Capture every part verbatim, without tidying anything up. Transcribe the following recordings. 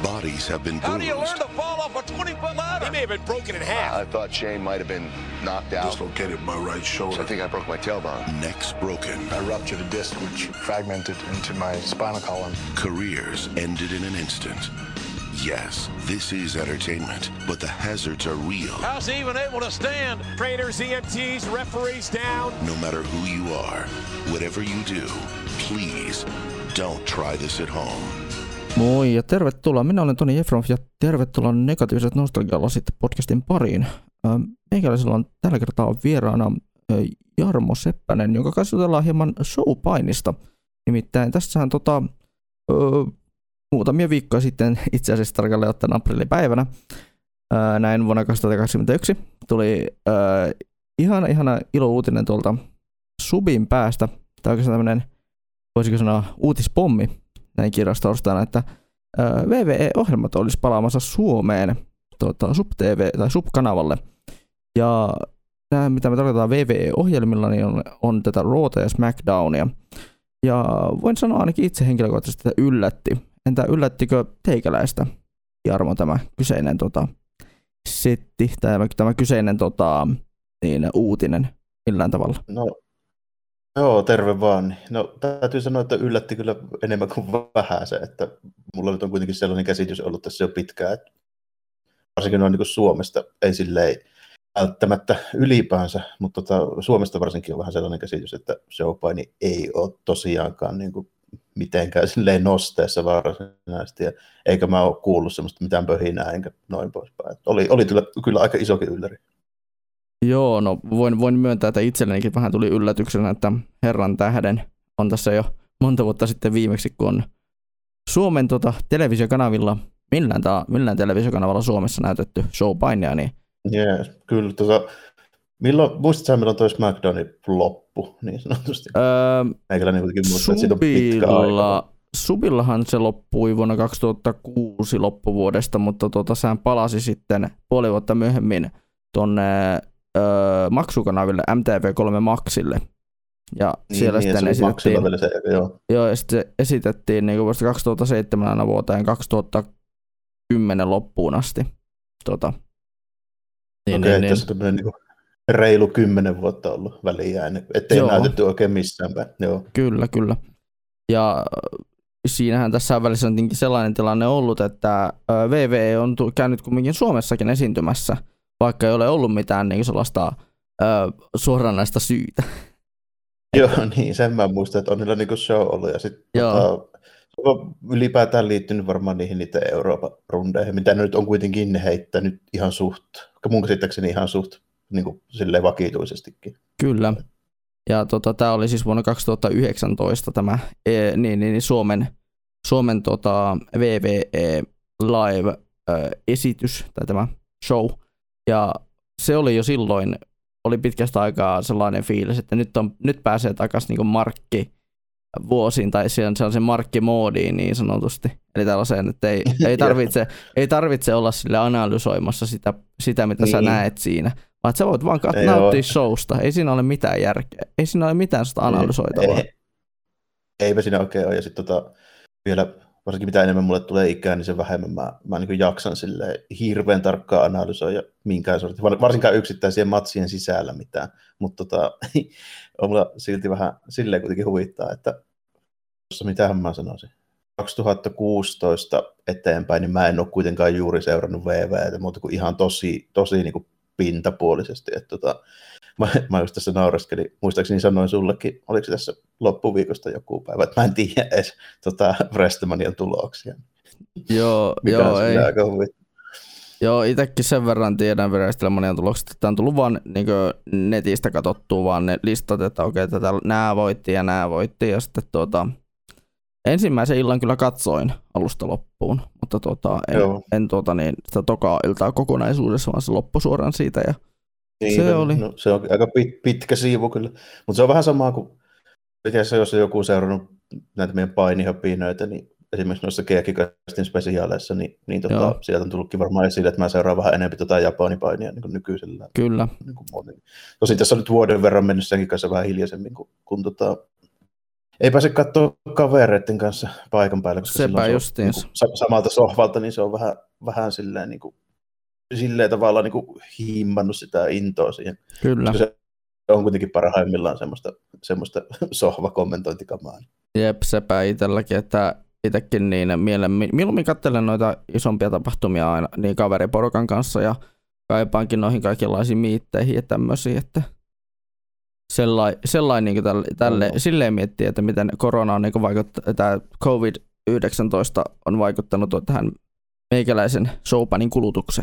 Bodies have been How do you learn bruised. to fall off a twenty-foot ladder? He may have been broken in half. I thought Shane might have been knocked out. Dislocated my right shoulder. So I think I broke my tailbone. Necks broken. I ruptured a disc which fragmented into my spinal column. Careers ended in an instant. Yes, this is entertainment, but the hazards are real. How's he even able to stand? Trainers, E M Ts, referees down. No matter who you are, whatever you do, please don't try this at home. Moi ja tervetuloa. Minä olen Toni Jefremov ja tervetuloa Negatiiviset nostalgialasit podcastin pariin. Meikäläisellä on tällä kertaa vieraana Jarmo Seppänen, jonka kanssa jutellaan hieman showpainista. Nimittäin tässähän tota, ö, muutamia viikkoja sitten, itse asiassa tarkalleen ottaen aprillipäivänä, ö, näin vuonna kaksituhattakaksikymmentäyksi, tuli ö, ihana, ihana ilouutinen tuolta Subin päästä. Tämä on oikeastaan tämmöinen, voisiko sanoa, uutispommi näin kirjastorstaina, että V V E-ohjelmat olisi palaamassa Suomeen tuota, Sub-T V tai Sub-kanavalle. Ja nämä, mitä me tarkoitetaan V V E-ohjelmilla, niin on, on tätä Rawta ja SmackDownia. Ja voin sanoa ainakin itse henkilökohtaisesti, että yllätti. Entä yllättikö teikäläistä, Jarmo, tämä kyseinen tota, setti, tai tämä, tämä kyseinen tota, niin, uutinen millään tavalla? No. Joo, terve vaan. No täytyy sanoa, että yllätti kyllä enemmän kuin vähän se, että mulla nyt on kuitenkin sellainen käsitys ollut tässä jo pitkään, että varsinkin noin niin kuin Suomesta ei silleen välttämättä ylipäänsä, mutta tota, Suomesta varsinkin on vähän sellainen käsitys, että showpaini ei ole tosiaankaan niin kuin mitenkään silleen nosteessa varsinaisesti, ja eikä mä ole kuullut semmoista mitään pöhinää enkä noin poispäin. Oli, oli kyllä, kyllä aika isokin ylläri. Joo, no voin, voin myöntää, että itsellenikin vähän tuli yllätyksenä, että Herran tähden on tässä jo monta vuotta sitten viimeksi, kun on Suomen tota, televisiokanavilla, millään, ta, millään televisiokanavalla Suomessa näytetty showpainia. Niin... Yes, kyllä. Tota, milloin, muistatko milloin toi SmackDownin loppu, niin sanotusti? Öö, Meikäläinen kuitenkin muistaa, että siitä on pitkä aika. Subillahan se loppui vuonna kaksituhattakuusi loppuvuodesta, mutta tota, sehän palasi sitten puoli vuotta myöhemmin tuonne Öö, maksukanaville M T V kolme Maxille. Ja niin, siellä niin, sitten esitettiin, se, joo. Joo, ja sitten esitettiin niin vuodesta kaksituhattaseitsemän aina vuoteen kaksituhattakymmenen loppuun asti. Tota. Niin, Okei, niin, tässä on tämmöinen niin reilu kymmenen vuotta ollut väliä, ettei joo. näytetty oikein missään päin. Joo. Kyllä, kyllä. Ja siinähän tässä välissä on sellainen tilanne ollut, että V V E on käynyt kumminkin Suomessakin esiintymässä, vaikka ei ole ollut mitään niin sellaista ö, suoranaista syytä. Joo, niin, sen mä muistan, että on niillä niin show ollut. Ja sitten tota, ylipäätään liittynyt varmaan niihin niiden Euroopan rundeihin, mitä ne nyt on kuitenkin heittänyt ihan suht, mun käsittääkseni ihan suht niin kuin silleen vakituisestikin. Kyllä. Ja tota, tämä oli siis vuonna kaksituhattayhdeksäntoista tämä e, niin, niin, Suomen, Suomen tota, V V E Live-esitys, tai tämä show. Ja se oli jo silloin, oli pitkästä aikaa sellainen fiilis, että nyt, on, nyt pääsee takaisin niin markkivuosiin tai sellaisen markkimoodiin niin sanotusti. Eli tällaiseen, että ei, ei, tarvitse, ei tarvitse olla sille analysoimassa sitä, sitä mitä niin. sä näet siinä, vaan sä voit vaan kat- nauttia showsta. Ei siinä ole mitään järkeä. Ei siinä ole mitään sitä analysoitavaa. Ei, eipä siinä oikein ole. Ja sitten tota, vielä... Varsinkin mitä enemmän mulle tulee ikään, niin sen vähemmän mä, mä niin jaksan hirveän tarkkaan analysoida minkään sortin, varsinkaan yksittäisiä matsien sisällä mitään, mutta tota, on mulla silti vähän silleen kuitenkin huvittaa, että tuossa mitähän mä sanoisin, kaksituhattakuusitoista eteenpäin, niin mä en ole kuitenkaan juuri seurannut V V:tä, mutta kuin ihan tosi, tosi niin kuin pintapuolisesti, että tota, Mä, mä just tässä naureskelin, muistaakseni sanoin sullekin, oliko se tässä loppuviikosta joku päivä, että mä en tiedä edes tota, WrestleManian tuloksia. Joo, joo, ei. Joo, itsekin sen verran tiedän WrestleManian tulokset, että on tullut vaan niin netistä katsottua vaan ne listat, että okei, tätä nämä voitti ja nämä voitti, ja sitten tuota, ensimmäisen illan kyllä katsoin alusta loppuun, mutta tuota, en, en tuota, niin, sitä tokaa iltaa kokonaisuudessa, vaan se loppui suoraan siitä, ja Niin, se, oli. No, se on aika pit, pitkä siivu kyllä, mutta se on vähän samaa kuin, jos on joku seurannut näitä meidän painihöpinöitä, niin esimerkiksi noissa Keakikastin spesiaaleissa, niin, niin tota, sieltä on tullutkin varmaan esille, että mä seuraan vähän enemmän tota japanipainia niin kuin nykyisellä. Kyllä. Niin kuin tosin tässä on nyt vuoden verran mennyt senkin kanssa vähän hiljaisemmin kuin, kuin tota, ei pääse katsoa kavereiden kanssa paikan päällä, koska sepä silloin justiinsa. Se on niin kuin, samalta sohvalta, niin se on vähän, vähän silleen, niin kuin, silleen tavallaan niin kuin himmannut sitä intoa siihen. Kyllä. Se on kuitenkin parhaimmillaan semmoista, semmoista sohvakommentointikamaa. Jep, sepä itselläkin, että itsekin niin mieluummin, mieluummin katselen noita isompia tapahtumia aina niin kaveriporukan kanssa ja kaipaankin noihin kaikenlaisiin miitteihin ja tämmöisiin, että sellainen sellai, niin tälle, tälle, silleen miettii, että miten korona on niin vaikuttanut, tämä covid yhdeksäntoista on vaikuttanut tähän meikäläisen showpanin kulutukseen.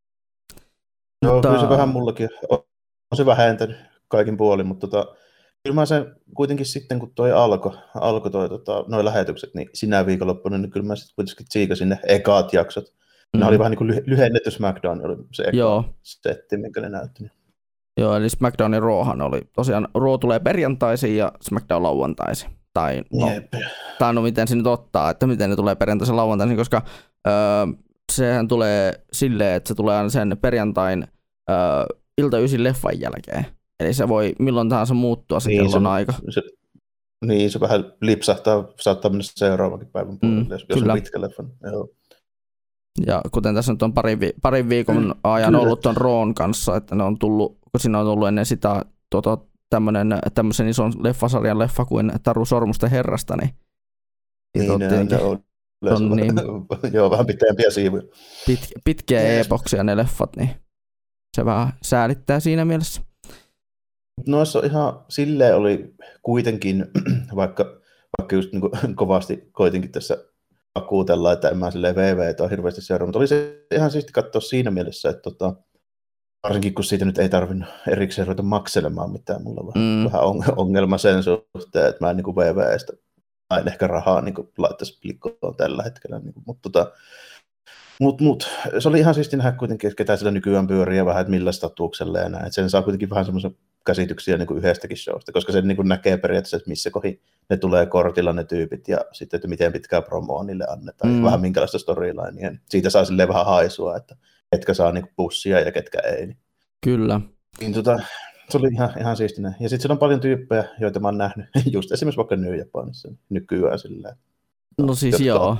Joo, mutta kyllä se vähän mullakin on, on se vähentänyt kaikin puolin, mutta tota, kyllä mä sen kuitenkin sitten, kun toi alkoi, alko toi, tota, noi lähetykset, niin sinä viikonloppuna, niin kyllä mä sitten kuitenkin tsiikasin ne ekaat jaksot. Mm. Ne oli vähän niin kuin lyhennetty SmackDown, oli se eka Joo. setti, minkä ne näytti. Joo, eli SmackDownin Rawhan oli. Tosiaan Raw tulee perjantaisin ja SmackDown lauantaisin. Tai no, tai no miten se nyt ottaa, että miten ne tulee perjantaisin lauantaisin, koska öö, sehän tulee silleen, että se tulee aina sen perjantain öö, ilta ysin leffan jälkeen. Eli se voi milloin tahansa muuttua se niin, kellon se, aika. Se, niin, se vähän lipsahtaa, saattaa mennä seuraavankin päivän puolelle, mm, jos kyllä. on pitkä leffa. Joo. Ja kuten tässä nyt on parin, vi- parin viikon ajan kyllä. ollut ton Rawn kanssa, että ne on tullut, kun siinä on tullut ennen sitä tuota, tämmöisen ison leffasarjan leffa kuin Taru Sormusten herrasta, niin, niin ne, ne on, on niin, joo, vähän pitempiä siivuja. Pit, pitkiä yes. epoksia ne leffat, niin se vähän säälittää siinä mielessä. Noissa ihan silleen oli kuitenkin, vaikka, vaikka just niin kuin kovasti koitinkin tässä akuutella, että en mä silleen V V ole hirveästi seuraa, mutta oli se ihan siisti katsoa siinä mielessä, että tota, varsinkin kun siitä nyt ei tarvinnut erikseen ruveta makselemaan mitään, mulla on mm. vähän ongelma sen suhteen, että mä en niin kuin V V:stä en ehkä rahaa niin kuin laittaisi plikkoon tällä hetkellä, niin kuin, mutta tota, Mut, mut, se oli ihan siisti nähdä kuitenkin, että ketä sillä nykyään pyörii ja vähän, että millä statuuksella ja näin. Että sen saa kuitenkin vähän semmoisen käsityksiä niin kuin yhdestäkin showsta, koska sen niin kuin näkee periaatteessa, että missä kohin ne tulee kortilla ne tyypit ja sitten, että miten pitkää promoa niille annetaan. Mm. Vähän minkälaista storylinea. Siitä saa silleen vähän haisua, että ketkä saa niin kuin pussia ja ketkä ei. Kyllä. Niin, tota, se oli ihan, ihan siisti näin. Ja sitten siellä on paljon tyyppejä, joita mä oon nähnyt, just esimerkiksi vaikka New Japanissa nykyään silleen. No siis jotka joo.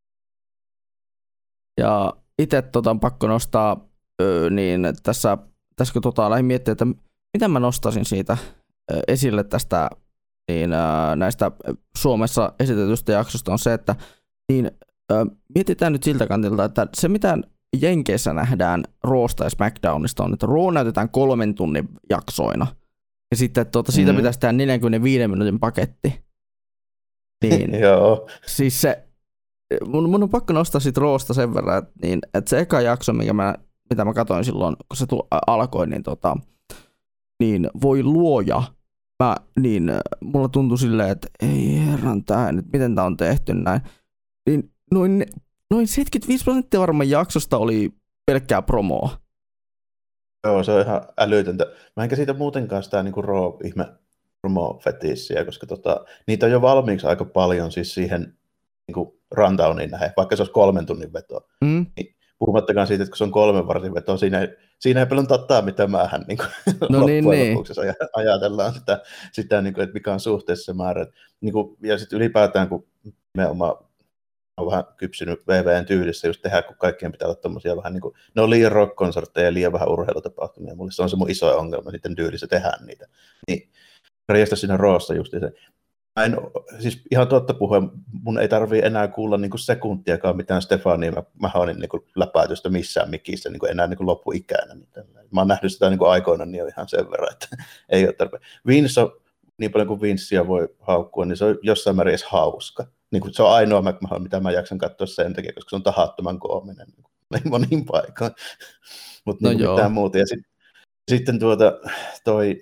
Ja itse tota, on pakko nostaa, öö, niin tässä, tässä kun tota, lähdin miettimään, että mitä mä nostaisin siitä ö, esille tästä niin, ö, näistä Suomessa esitetystä jaksosta on se, että niin, ö, mietitään nyt siltä kantilta, että se mitä Jenkeissä nähdään Rawsta ja SmackDownista on, että Raw näytetään kolmen tunnin jaksoina ja sitten tuota, siitä mm. pitäisi tehdä neljänkymmenenviiden minuutin paketti. Niin, Joo. Siis se Mun, mun on pakko nostaa siitä Rawsta sen verran, että, niin, että se eka jakso, mikä mä, mitä mä katsoin silloin, kun se tu- alkoi, niin, tota, niin voi luoja. Mä, niin, mulla tuntui silleen, että ei herran tää nyt, miten tää on tehty näin. Niin, noin, noin seitsemänkymmentäviisi prosenttia varmaan jaksosta oli pelkkää promoa. Joo, se on ihan älytöntä. Mä enkä siitä muutenkaan sitä niin kuin Raw-ihme promo-fetissiä, koska tota, niitä on jo valmiiksi aika paljon siis siihen niin kuin rundowniin nähden, vaikka se olisi kolmen tunnin veto. Mm. Niin, puhumattakaan siitä, että kun se on kolmen vartin veto, siinä ei, siinä ei paljon tattaa, mitä määhän niin no loppujen niin, lopuksi niin. ajatellaan sitä, sitä niin kuin, että mikä on suhteessa se määrä. Niin kuin, ja sitten ylipäätään, kun nimenomaan on vähän kypsynyt V V:n tyylissä just tehdä, kun kaikkien pitää olla tommosia vähän niin kuin, ne on liian rock-konsertteja ja liian vähän urheilutapahtumia. Mulle se on se mun iso ongelma, niiden tyylissä tehdään niitä. Niin, reistä siinä Rawssa just se. Mä en, siis ihan totta puhuen, mun ei tarvii enää kuulla niin kuin sekuntiakaan mitään Stefania Mahonin niin kuin läpäitystä missään mikissä niin kuin enää niin kuin loppuikänä. Mä oon nähnyt sitä niin kuin aikoina niin ihan sen verran, että ei ole tarpeen. Vince on, niin paljon kuin Vincea voi haukkua, niin se on jossain määrin edes hauska. Niin kuin se on ainoa McMahon, mitä mä jaksan katsoa sen takia, koska se on tahattoman koominen niin monin paikoin. Mutta no niin mitään muuta. Ja sit, sitten tuota, toi...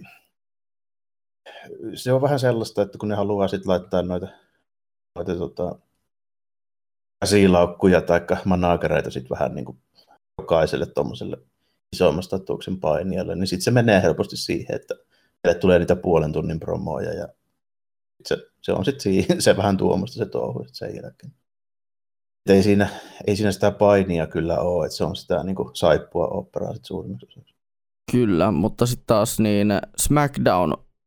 Se on vähän sellaista, että kun ne haluaa sit laittaa noita, noita tota, käsilaukkuja tai managereita sit vähän niin kuin jokaiselle tuommoiselle isomman statuksen painijalle, niin sitten se menee helposti siihen, että meille tulee niitä puolen tunnin promoja ja se, se on sitten se vähän tuommoista se touhu sen jälkeen. Ei siinä, ei siinä sitä painia kyllä ole, että se on sitä niin kuin saippua operaa sitten suurimmaksi osaksi. Kyllä, mutta sitten taas niin SmackDown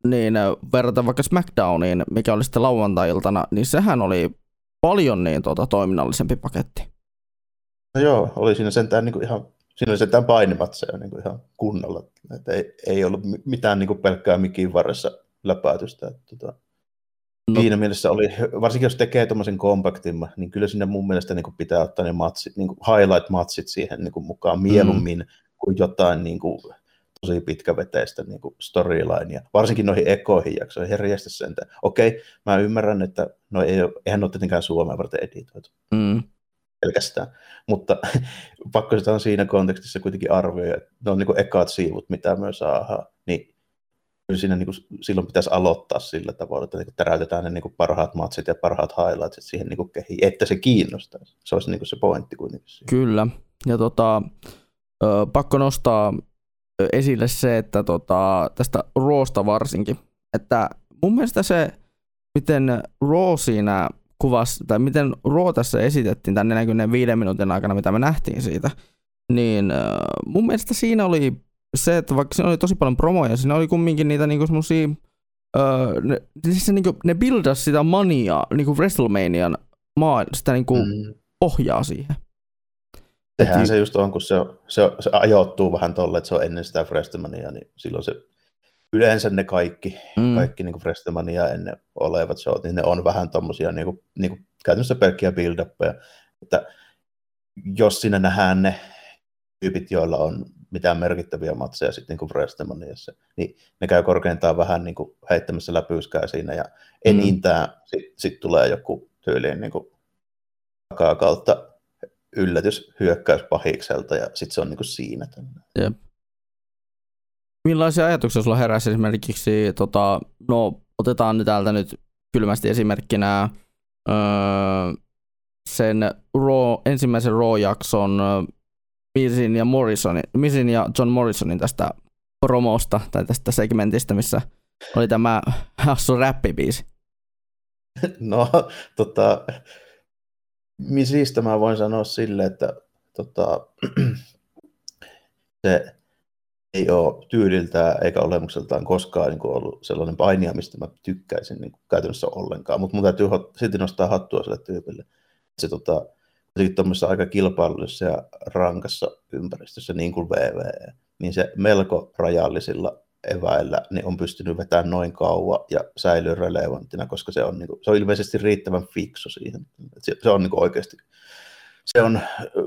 niin verraten vaikka SmackDowniin, mikä oli sitten lauantai-iltana, niin sehän oli paljon niin tuota, toiminnallisempi paketti. No joo, oli siinä sentään niin kuin ihan, siinä oli sentään painimatseja niin kuin ihan kunnolla. Että ei, ei ollut mitään niin kuin pelkkää mikin varressa läpäätystä. Että, tota, no. Siinä mielessä oli, varsinkin jos tekee tuommoisen kompaktimman, niin kyllä sinne mun mielestä niin kuin pitää ottaa ne matsit, niin kuin highlight-matsit siihen niin kuin mukaan mieluummin mm. kuin jotain niin kuin tosi pitkäveteistä niin kuin storylinea. Varsinkin noihin ekoihin jaksoihin, herjästä sentään. Okei, mä ymmärrän, että no ei ole, eihän ole tietenkään Suomea varten editoitu. Mm. Pelkästään. Mutta pakko sitä on siinä kontekstissa kuitenkin arvioida, että ne on niin kuin ekat siivut, mitä myös saadaan. Niin kyllä siinä niin kuin, silloin pitäisi aloittaa sillä tavalla, että niin kuin täräytetään ne niin kuin parhaat matsit ja parhaat highlightsit siihen niin kuin kehiin, että se kiinnostaisi. Se olisi niin kuin se pointti kuitenkin. Siinä. Kyllä. Ja tota, ö, pakko nostaa esille se, että tota, tästä Rawsta varsinkin, että mun mielestä se, miten Raw siinä kuvasi, tai miten Raw tässä esitettiin tämän neljänkymmenenviiden minuutin aikana, mitä me nähtiin siitä, niin äh, mun mielestä siinä oli se, että vaikka siinä oli tosi paljon promoja, siinä oli kumminkin niitä niinku semmosia, äh, ne, siis niinku, ne buildas sitä maniaa, niinku WrestleManian maailmaa, sitä niinku mm. pohjaa siihen. Sehän Et, se just on, kun se, se, se ajoittuu vähän tolle, että se on ennen sitä WrestleManiaa, niin silloin se yleensä ne kaikki, mm. kaikki niin kuin WrestleMania ennen olevat showt, niin ne on vähän tommosia niin kuin, niin kuin käytännössä pelkkiä build-uppeja. Että jos siinä nähdään ne tyypit, joilla on mitään merkittäviä matseja sitten niin kuin WrestleManiassa, niin ne käy korkeintaan vähän niin kuin heittämässä läpyyskää siinä, ja enintään mm. sitten sit tulee joku tyyliin niin kuin takaa kautta yllätys hyökkäys pahikselta, ja sitten se on niin kuin siinä. Jep. Millaisia ajatuksia sulla heräsi esimerkiksi, tota, no otetaan nyt täältä nyt kylmästi esimerkkinä öö, sen Raw, ensimmäisen Raw-jakson Mizin ja, Morrisonin, Mizin ja John Morrisonin tästä promosta tai tästä segmentistä, missä oli tämä hassu räppibiisi. No, tota, Mizistä mä voin sanoa silleen, että tota, se ei ole tyyliltään eikä olemukseltaan koskaan niin kuin ollut sellainen painija, mistä mä tykkäisin niin kuin käytännössä ollenkaan, mutta mun täytyy silti nostaa hattua sille tyypille. Se tota, tuommoisessa aika kilpailullisessa ja rankassa ympäristössä, niin kuin W W E, niin se melko rajallisilla eväillä niin on pystynyt vetämään noin kauan ja säilyy relevanttina, koska se on, niin kuin, se on ilmeisesti riittävän fiksu siihen. Se, se on niin kuin oikeasti, se on,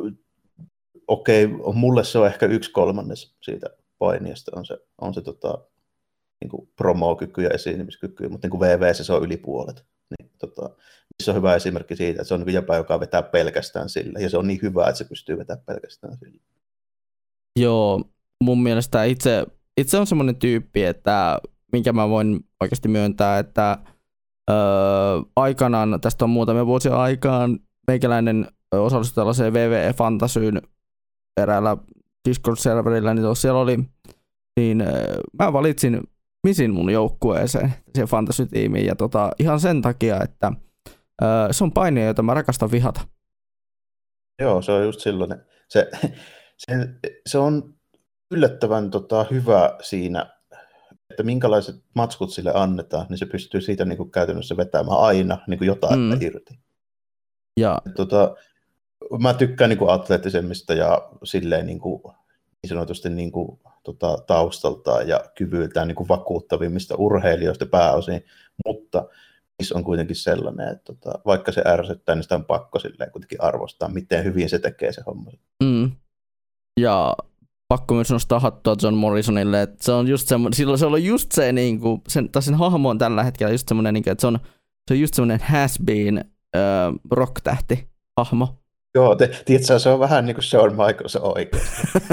okei, okay, mulle se on ehkä yksi kolmannes siitä painijasta on se, on se tota, niin kuin promo-kyky ja esiintymiskyky, mutta niin kuin W W E se on yli puolet. Niin, tota, se on hyvä esimerkki siitä, että se on niin kuin jäpä, joka vetää pelkästään sillä, ja se on niin hyvä, että se pystyy vetämään pelkästään sillä. Joo, mun mielestä itse, itse on semmoinen tyyppi, että minkä mä voin oikeasti myöntää, että öö, aikanaan, tästä on muutamia vuosia aikaan, meikäläinen osallistui tällaiseen W W E-fantasyyn eräällä Discord-serverillä, niin siellä oli, niin mä valitsin Mizin mun joukkueeseen, siihen fantasy-tiimiin, ja tota, ihan sen takia, että ö, se on painija, jota mä rakastan vihata. Joo, se on just silloin. Se, se, se on yllättävän tota, hyvä siinä, että minkälaiset matskut sille annetaan, niin se pystyy siitä niin kuin käytännössä vetämään aina niin kuin jotain mm. irti. Ja. Tota, mä tykkään niin kuin atleettisemmista ja silleen niin, kuin, niin sanotusti niin kuin, tota, taustaltaan ja kyvyiltään niin kuin vakuuttavimmista urheilijoista pääosin, mutta missä on kuitenkin sellainen, että tota, vaikka se ärsyttää, niin sitä on pakko silleen kuitenkin arvostaa, miten hyvin se tekee se homma. Mm. Ja pakko myös nostaa hattua John Morrisonille, että se on just semmoinen, silloin se on just se, niin kuin, sen, tai sen hahmo on tällä hetkellä just semmoinen, niin kuin, että se on, se on just semmoinen has-been äh, rock-tähti hahmo. Joo, te, tiedätkö, se on vähän niin kuin Shawn Michaels oikeasti.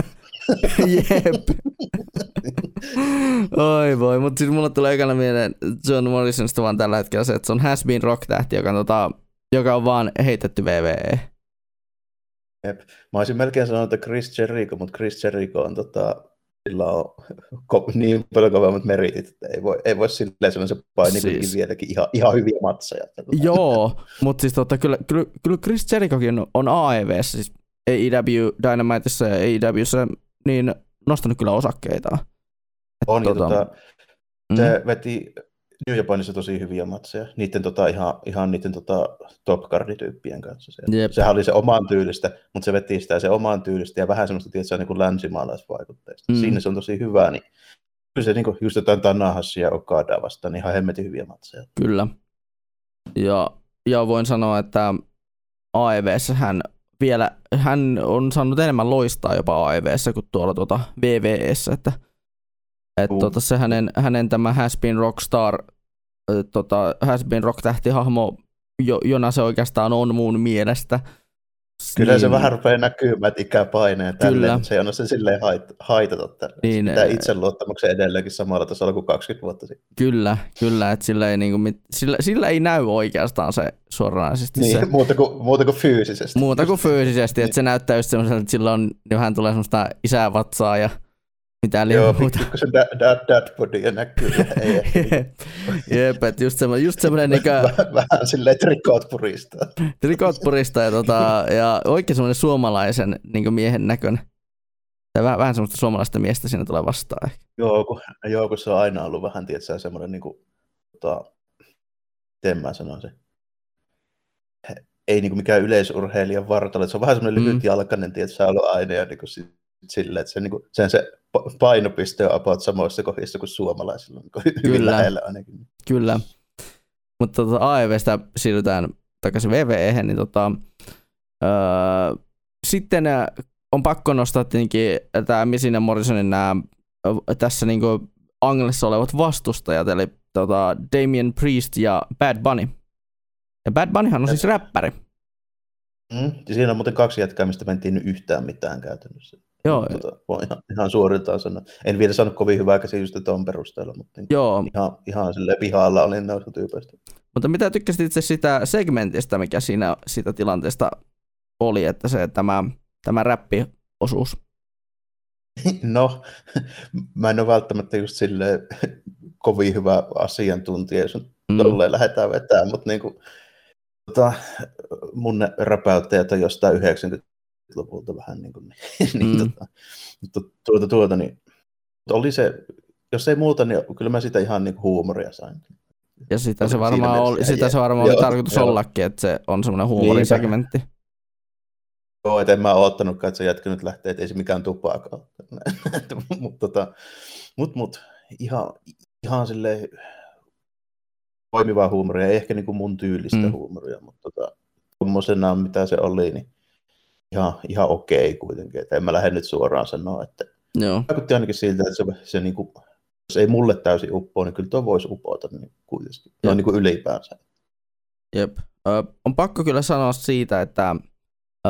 Jep. Oi voi, mutta siis mulle tulee ekana mieleen John Morrisonista vaan tällä hetkellä se, että se on has-been rock-tähti, joka on, tota, joka on vaan heitetty W W E. Jep. Mä olisin melkein sanonut, että Chris Jericho, mutta Chris Jericho on tota, sillä on niin paljon kovemmat meritit, että ei voi, ei voi silleen sanoa, se paini siis vieläkin ihan, ihan hyviä matseja. Joo, mutta siis tota, kyllä, kyllä, kyllä Chris Jerichokin on A E V:ssä, siis A E W Dynamiteissa ja A E W:ssä, niin nostanut kyllä osakkeitaan. On, tota, tota, Mm. Se veti New Japanissa tosi hyviä matseja, niiden tota, ihan, ihan niiden tota, top-cardityyppien kanssa. Se, sehän oli se oman tyylistä, mutta se veti sitä se oman tyylistä ja vähän semmoista tietysti niin kuin länsimaalaisvaikutteista. Mm. Siinä se on tosi hyvä, niin kyllä se niin kuin, just jotain Tanahashi ja Okada vastaan, niin ihan hemmetin hyviä matseja. Kyllä. Ja, ja voin sanoa, että A E V:ssä hän vielä, hän on saanut enemmän loistaa jopa A E V:ssä kuin tuolla tuota V V E:ssä, että et uh. tota, se hänen, hänen tämä Has Been Rockstar, tota, Has Been Rock-tähtihahmo, jo, jona se oikeastaan on mun mielestä. Kyllä niin, se vähän rupeaa näkymään, että ikäpaineen tälleen, mutta se ei anna se silleen hait, haitata tälle. Niin, pitää itseluottamuksen edelleenkin samalla tasolla kuin kaksikymmentä vuotta sitten. Kyllä, kyllä, että sillä ei, niinku, sillä, sillä ei näy oikeastaan se suoranaisesti. Niin, se, muuta, kuin, muuta kuin fyysisesti. Muuta kuin fyysisesti, että se näyttää just semmoiselta, että sillä on, hän tulee semmoista isävatsaa ja mitä liian Joo, muuta. Joo, se dad, dad, dad body näkyy. Ei, Jep, että just semmoinen, just semmoinen niin kuin vähän silleen trikot puristaa. Trikot puristaa ja, tota, ja oikein semmoinen suomalaisen niin miehen näköinen. Tai vähän, vähän semmoista suomalaista miestä siinä tulee vastaan. Joo, kun, joo, kun se on aina ollut vähän, tietysti semmoinen, niin kuin, tota, miten mä sanoisin, ei niin kuin mikään yleisurheilijan vartalo. Se on vähän semmoinen mm. lyhytjalkainen, tietysti se on ollut aina ja niin kuin silleen, että se, niin kuin, sen se painopiste on about samoissa kohdissa kuin suomalaisilla, niin hyvin lähellä ainakin. Kyllä, mutta tota, A E V:stä siirrytään takaisin V V E:hen, niin tota, öö, sitten on pakko nostaa tietenkin tämä Missin ja Morrisonin nämä tässä niin kuin Anglessa olevat vastustajat, eli tota, Damien Priest ja Bad Bunny. Ja Bad Bunnyhan on siis räppäri. Mm, siinä on muuten kaksi jätkää, mistä mentiin yhtään mitään käytännössä. Joo. Tota, voin ihan, ihan suoriltaan sanoa. En vielä saanut kovin hyvää käsitystä tuon perusteella, mutta niin ihan, ihan silleen pihalla olin noista tyypeistä. Mutta mitä tykkäsit itse sitä segmentistä, mikä siinä siitä tilanteesta oli, että se tämä, tämä räppiosuus? No, mä en ole välttämättä just silleen kovin hyvä asiantuntija, jos mm. tolleen lähdetään vetämään, mutta niin kuin, tota, mun räpäyttäjät on jostain yhdeksänkymmentäluvulta vähän niin kuin, niin, mm. tota, mutta tuota, tuota, niin oli se, jos ei muuta, niin kyllä mä sitä ihan niin kuin huumoria sain. Ja sitä se varmaan oli, sitä se varmaan oli tarkoitus joo. ollakin, että se on semmoinen huumorisegmentti. Joo, et en mä ole ottanutkaan, että se jätkä nyt lähtee, että ei se mikään tupaakaan. Mutta tota, mut, mut, ihan, ihan silleen toimivaa huumoria, ei ehkä niinku mun tyylistä mm. huumoria, mutta tota, tuommoisena mitä se oli, niin ihan, ihan okei kuitenkin. Et en mä lähde nyt suoraan sanoa, että joo. Vaikutti ainakin siltä, että se, se niinku, jos ei mulle täysin uppoa, niin kyllä tuo voisi upota niin kuitenkin. No niin kuin ylipäänsä. Jep. Ö, on pakko kyllä sanoa siitä, että ö,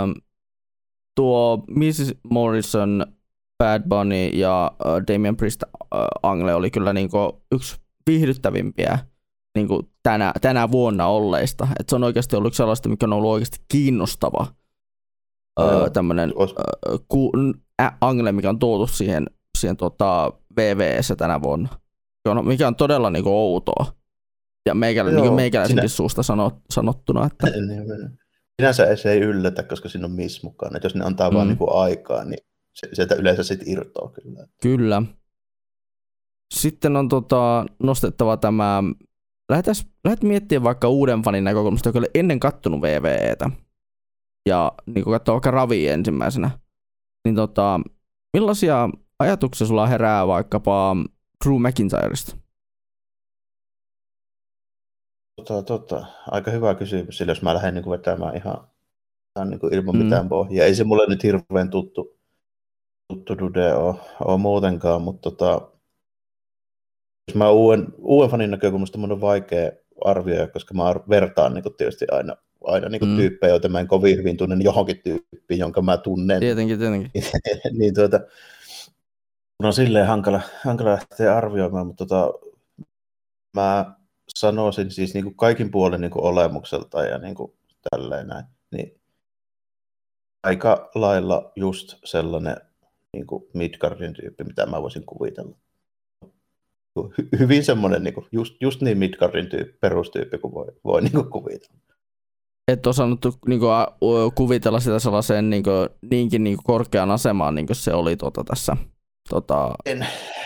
tuo missis Morrison, Bad Bunny ja uh, Damien Priest uh, Angle oli kyllä niinku yksi viihdyttävimpiä niinku tänä, tänä vuonna olleista. Et se on oikeasti ollut sellaista, mikä on ollut oikeasti kiinnostava uh, tämmöinen uh, ku, ä, Angle, mikä on tuotu siihen, siihen tota V V E:ssä tänä vuonna. Mikä on todella niinku outoa. Ja meikällä, niinku meikäläisenkin suusta sanot, sanottuna. Että sinänsä se ei yllätä, koska siinä on Miss mukaan. Et jos ne antaa mm. vaan niinku aikaa, niin sieltä yleensä sitten irtoaa kyllä. Kyllä. Sitten on tota, nostettava tämä, lähdetään miettimään vaikka uuden fanin näkökulmasta, joka oli ennen kattonut V V E:tä. Ja niin kun katsoo vaikka Ravia ensimmäisenä. Niin tota, millaisia ajatuksia sulla herää vaikkapa Drew McIntyresta? Tota, tota, aika hyvä kysymys, sillä jos mä lähden niin kuin vetämään ihan, ihan niin kuin ilman mm. mitään pohjaa. Ei se mulle nyt hirveän tuttu, tuttu dude ole, ole muutenkaan, mutta tota, jos mä uuden, uuden fanin näkökulmasta mun on vaikea arvioida, koska mä vertaan niin kuin tietysti aina, aina niin kuin mm. tyyppejä, joita mä en kovin hyvin tunnen johonkin tyyppiin, jonka mä tunnen. Tietenkin, tietenkin. niin tuota, on silleen hankala, hankala lähteä arvioimaan, mutta tota, mä sanoisin siis niin kuin kaikin puolin niin kuin olemukselta ja niin kuin tälleen näin, niin aika lailla just sellainen niin kuin midcardin tyyppi, mitä mä voisin kuvitella. Hy- hyvin semmoinen niin kuin, just, just niin midcardin tyyppi, perustyyppi kuin voi, voi niin kuin kuvitella. Et osannut niin kuin, kuvitella sitä sellaiseen niin kuin, niinkin niin kuin korkean asemaan, niin kuin se oli tuota, tässä. Tota... En,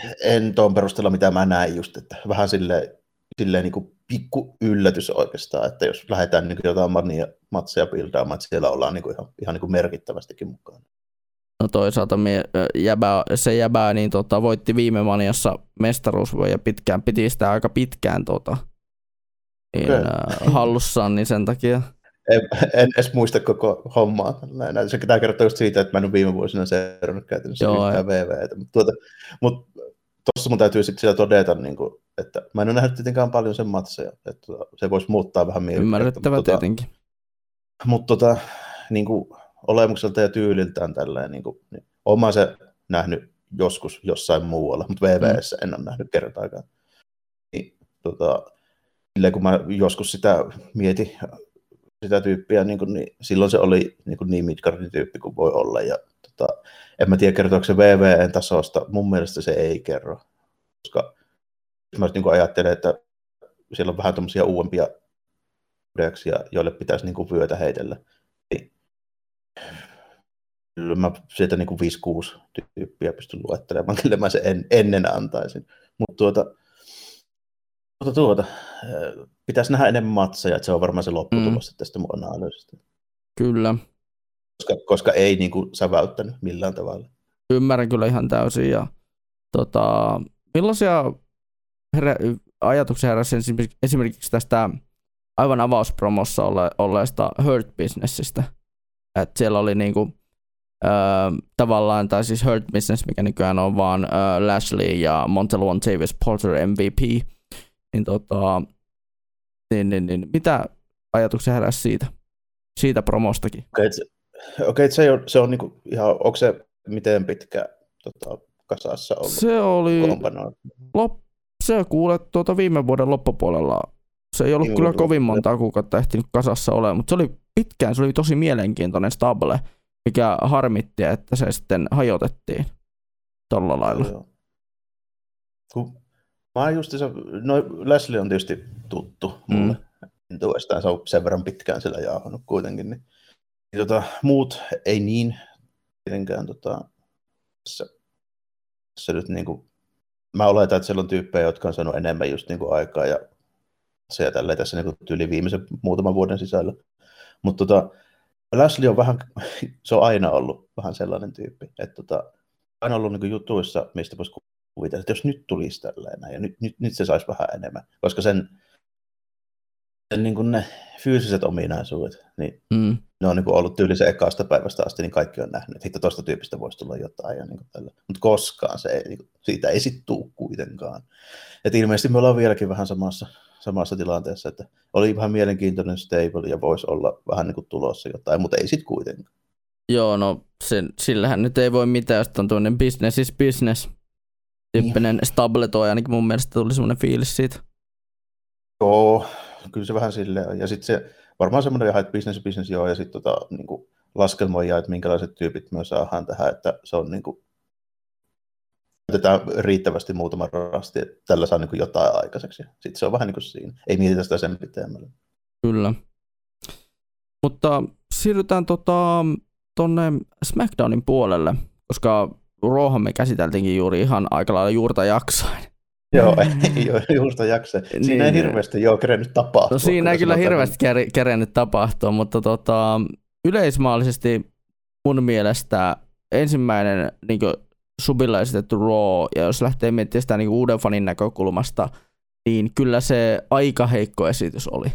en tuon perusteella, mitä mä näin just, että vähän silleen, silleen niin kuin pikku yllätys oikeastaan, että jos lähdetään niin jotain mania, matseja buildaamaan, että siellä ollaan niin kuin ihan, ihan niin kuin merkittävästikin mukaan. No toisaalta me, jäbä, se jäbää niin tota, voitti viime maniassa mestaruusvoja ja pitkään, piti sitä aika pitkään tota, niin, okay. äh, hallussaan, niin sen takia. En, en edes muista koko hommaa. Näin. Se pitää kertoa just siitä, että mä en ole viime vuosina seurannut käytännössä yhtään V V:tä. Mutta tuota, mut, tuossa mun täytyy sitten sitä todeta, niin kuin, että mä en ole nähnyt tietenkään paljon sen matseja. Että se voisi muuttaa vähän mielipidettä. Ymmärrettävä mutta, tietenkin. Mutta tota, niin kuin, olemukselta ja tyyliltään tälleen, niin kuin, niin, olen mä se nähnyt joskus jossain muualla, mutta V V:ssä en ole nähnyt kertaakaan. Niin, tota, kun mä joskus sitä mietin, sitä tyyppiä, niin, kuin, niin silloin se oli niin, kuin niin midgardin tyyppi kuin voi olla. Ja, tota, en mä tiedä, kertooko se V V:n tasosta. Mun mielestä se ei kerro. Koska mä niin kuin ajattelen, että siellä on vähän tämmöisiä uudempia kodeksia, joille pitäisi niin kuin vyötä heitellä. Niin, kyllä mä sieltä niin kuin viisi kuusi tyyppiä pystyn luettelemaan, kyllä mä sen en, ennen antaisin. Mutta tuota, tuota, tuota, pitäisi nähdä enemmän matseja, että se on varmaan se lopputulos mm. tästä mun analyysistä. Kyllä. Koska, koska ei niin kuin säväyttänyt millään tavalla. Ymmärrän kyllä ihan täysin. Ja, tota, millaisia herä, ajatuksia heräsi esimerkiksi tästä aivan avauspromossa olle, olleesta Hurt Businessistä? Että siellä oli niinku, äh, tavallaan, tai siis Hurt Business, mikä nykyään on vaan äh, Lashley ja Montel Davis Porter M V P. Niin, tota, niin, niin, niin mitä ajatuksia heräsi siitä, siitä promostakin? Okei, okay, okay, se on, se on niinku ihan, onko se miten pitkä tota, kasassa ollut? Se oli, lop, se kuulet tuota viime vuoden loppupuolella. Se ei ollut viime kyllä kovin monta kuukautta ehtinyt kasassa olemaan, mutta se oli pitkään, se oli tosi mielenkiintoinen stable, mikä harmitti, että se sitten hajotettiin tolla lailla. Joo. Kun mä justiinsa, no Lashley on tietysti tuttu mulle. Mm. Tuestaan se on sen verran pitkään sillä jaahannut kuitenkin. Niin, niin tota, muut ei niin tietenkään tota, tässä, tässä nyt niinku, mä oletan, että siellä on tyyppejä, jotka on saanut enemmän just niinku aikaa ja se ja tälleen tässä niinku yli viimeisen muutaman vuoden sisällä. Mutta tota, Lashley on vähän, se on aina ollut vähän sellainen tyyppi, että tota, aina ollut niinku jutuissa, mistä voisi kuvitella, että jos nyt tulisi tällainen ja nyt, nyt, nyt se saisi vähän enemmän, koska sen, sen niin kuin ne fyysiset ominaisuudet, niin mm. ne on niin kuin ollut tyylisen ekasta päivästä asti, niin kaikki on nähnyt, että hitto tuosta tyypistä voisi tulla jotain. Ja niin kuin tällä. Mutta koskaan se ei, niin kuin, siitä ei sitten tule kuitenkaan. Et ilmeisesti me ollaan vieläkin vähän samassa, samassa tilanteessa, että oli vähän mielenkiintoinen stable ja voisi olla vähän niin kuin tulossa jotain, mutta ei sitten kuitenkaan. Joo, no sen, sillähän nyt ei voi mitään, jos on tuollainen business is business tyyppinen niin. Stable toi, ainakin mun mielestä tuli semmoinen fiilis siitä. Joo, kyllä se vähän silleen on. Ja sitten se varmaan semmoinen ihan, että business is business joo, ja sitten tota, niin laskelmoja, että minkälaiset tyypit myös saadaan tähän, että se on niin kuin, käytetään riittävästi muutama rasti, että tällä saa niin kuin jotain aikaiseksi. Sitten se on vähän niin kuin siinä. Ei mietitä sitä sen pitemmälle. Kyllä. Mutta siirrytään tota, tonne SmackDownin puolelle, koska Rawhan me käsiteltiinkin juuri ihan aika lailla juurta jaksain. Joo, ei ole juurta jaksain. Siinä niin, ei hirveästi joo kerennyt tapahtua. No siinä ei kyllä hirveästi niin. kerennyt tapahtua, mutta tota, yleismaallisesti mun mielestä ensimmäinen niin subilla esitetty Raw, ja jos lähtee miettimään sitä niin uuden fanin näkökulmasta, niin kyllä se aika heikko esitys oli.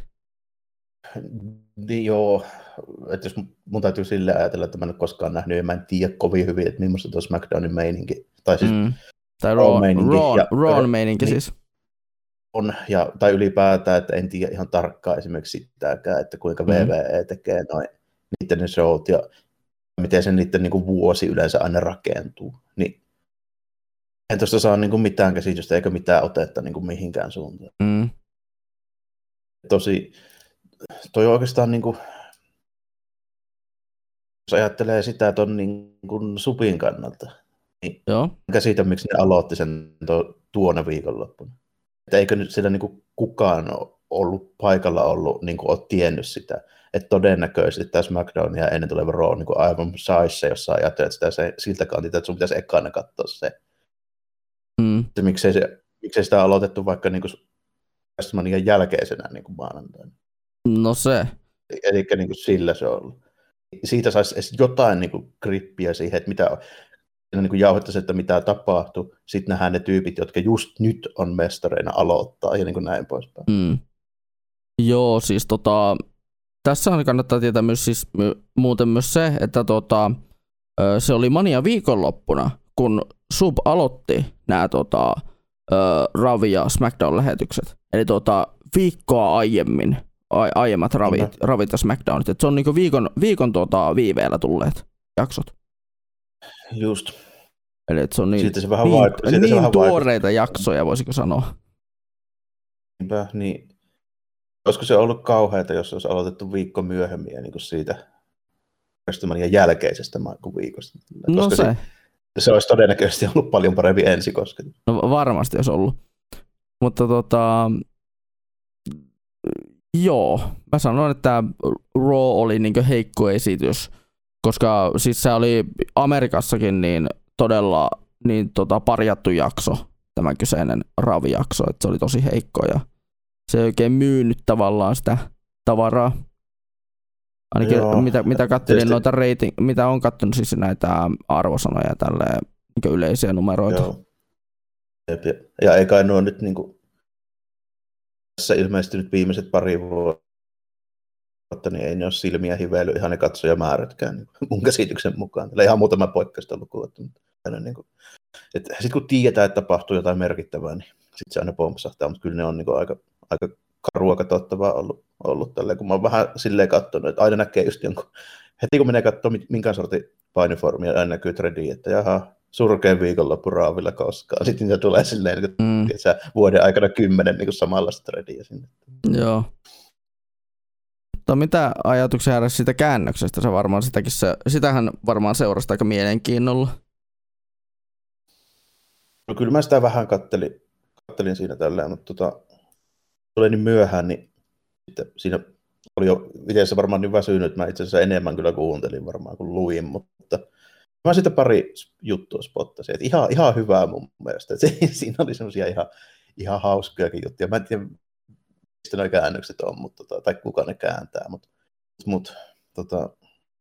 Niin joo, että jos mun täytyy sille ajatella, että mä en ole koskaan nähnyt, ja mä en tiedä kovin hyvin, että millaista tuo SmackDownin meininki, tai siis mm. tai Raw meininki. Raw meininki niin, siis. On, ja, tai ylipäätään, että en tiedä ihan tarkkaan esimerkiksi sitäkään, että kuinka mm. V V E tekee noin niiden ne showt, ja miten se niiden niin kuin vuosi yleensä aina rakentuu. Niin en tuosta saa niin kuin mitään käsitystä, eikä mitään otetta niin kuin mihinkään suuntaan. Mm. Tosi, toi oikeastaan niin kuin, jos ajattelee sitä ton niin kuin supin kannalta, niin joo. Käsitä, miksi ne aloitti sen to, tuona viikonloppuna. Että eikö nyt siellä niin kuin kukaan ole ollut paikalla ollut, niin kuin ole tiennyt sitä, että todennäköisesti tämä SmackDownia ennen tuleva Raw on niin kuin aivan saissa, jossa ajattelet sitä se, siltä kantilta, että sun pitäisi ekana katsoa se. Mm. Se, miksei, se, miksei sitä aloitettu vaikka niin kuin WrestleManian jälkeisenä niin kuin maanantaina. No se. Eli niin kuin sillä se on ollut. Siitä saisi edes jotain niin kuin grippiä siihen, että mitä niin kuin jauhettaisiin, että mitä tapahtuu. Sitten nähdään ne tyypit, jotka just nyt on mestareina aloittaa ja niin kuin näin poispäin. Mm. Joo, siis tota, tässä kannattaa tietää myös siis muuten myös se, että tota, se oli Mania viikonloppuna, kun Sub aloitti nämä tota, Raw ja SmackDown-lähetykset. Eli tota, viikkoa aiemmin, a, aiemmat ravit, ravit ja SmackDownit. Et se on niinku viikon, viikon tota, viiveellä tulleet jaksot. Just. Eli se on niin, se vähän niin, vaiku- niin se vähän tuoreita vaikuttaa. jaksoja, voisiko sanoa. Niinpä, niin. Olisiko se ollut kauheata, jos olisi aloitettu viikko myöhemmin ja niin kuin siitä WrestleManian jälkeisestä viikosta? No Koska se. Se, se olisi todennäköisesti ollut paljon parempi ensikosketus. No varmasti olisi ollut. Mutta tota, joo, mä sanoin, että Raw oli niin kuin heikko esitys, koska siis se oli Amerikassakin niin todella niin tota parjattu jakso, tämä kyseinen Raw-jakso, että se oli tosi heikko ja se ei oikein myynyt tavallaan sitä tavaraa. Ainakin Joo, mitä, mitä katselin tietysti noita rating, mitä on kattonut siis näitä arvosanoja tälleen niin yleisiä numeroita. Joo. Ja, ja ei kai nuo nyt niin kuin, tässä ilmeisesti nyt viimeiset pari vuotta, niin ei ne ole silmiä hiveily ihan ne katsojamäärätkään niin mun käsityksen mukaan. Tällä ihan muutama poikkeusta lukuun ottamatta. Niin sitten kun tiedetään, että tapahtuu jotain merkittävää, niin sitten se aina pompsahtaa, mutta kyllä ne on niin kuin aika, aika karua katsottavaa ollut, ollut tälleen, kun mä oon vähän silleen katsonut, että aina näkee just jonkun, heti kun menee katsomaan minkään sortin painiformia, aina näkyy tredi, että jaha, surkein viikonloppu Raavilla koskaan. Sitten niitä tulee silleen, niin kuin, mm. tiedätkö, vuoden aikana kymmenen niin samanlaista trediä sinne. Joo. Mutta mitä ajatuksia heräsi siitä käännöksestä? Se varmaan sitäkin se, sitähän varmaan seurasi aika mielenkiinnolla. No kyllä mä sitä vähän kattelin, kattelin siinä tällä, mutta tota, tuli niin myöhään, niin sitten siinä oli jo videossa varmaan niin väsynyt, että mä itse asiassa enemmän kyllä kuuntelin varmaan kuin luin, mutta mä sitten pari juttua spottasin, että ihan, ihan hyvää mun mielestä. Että siinä oli semmoisia ihan, ihan hauskojakin juttuja. Mä en tiedä, mistä nuo käännökset on, mutta, tota, tai kuka ne kääntää, mutta, mutta tota,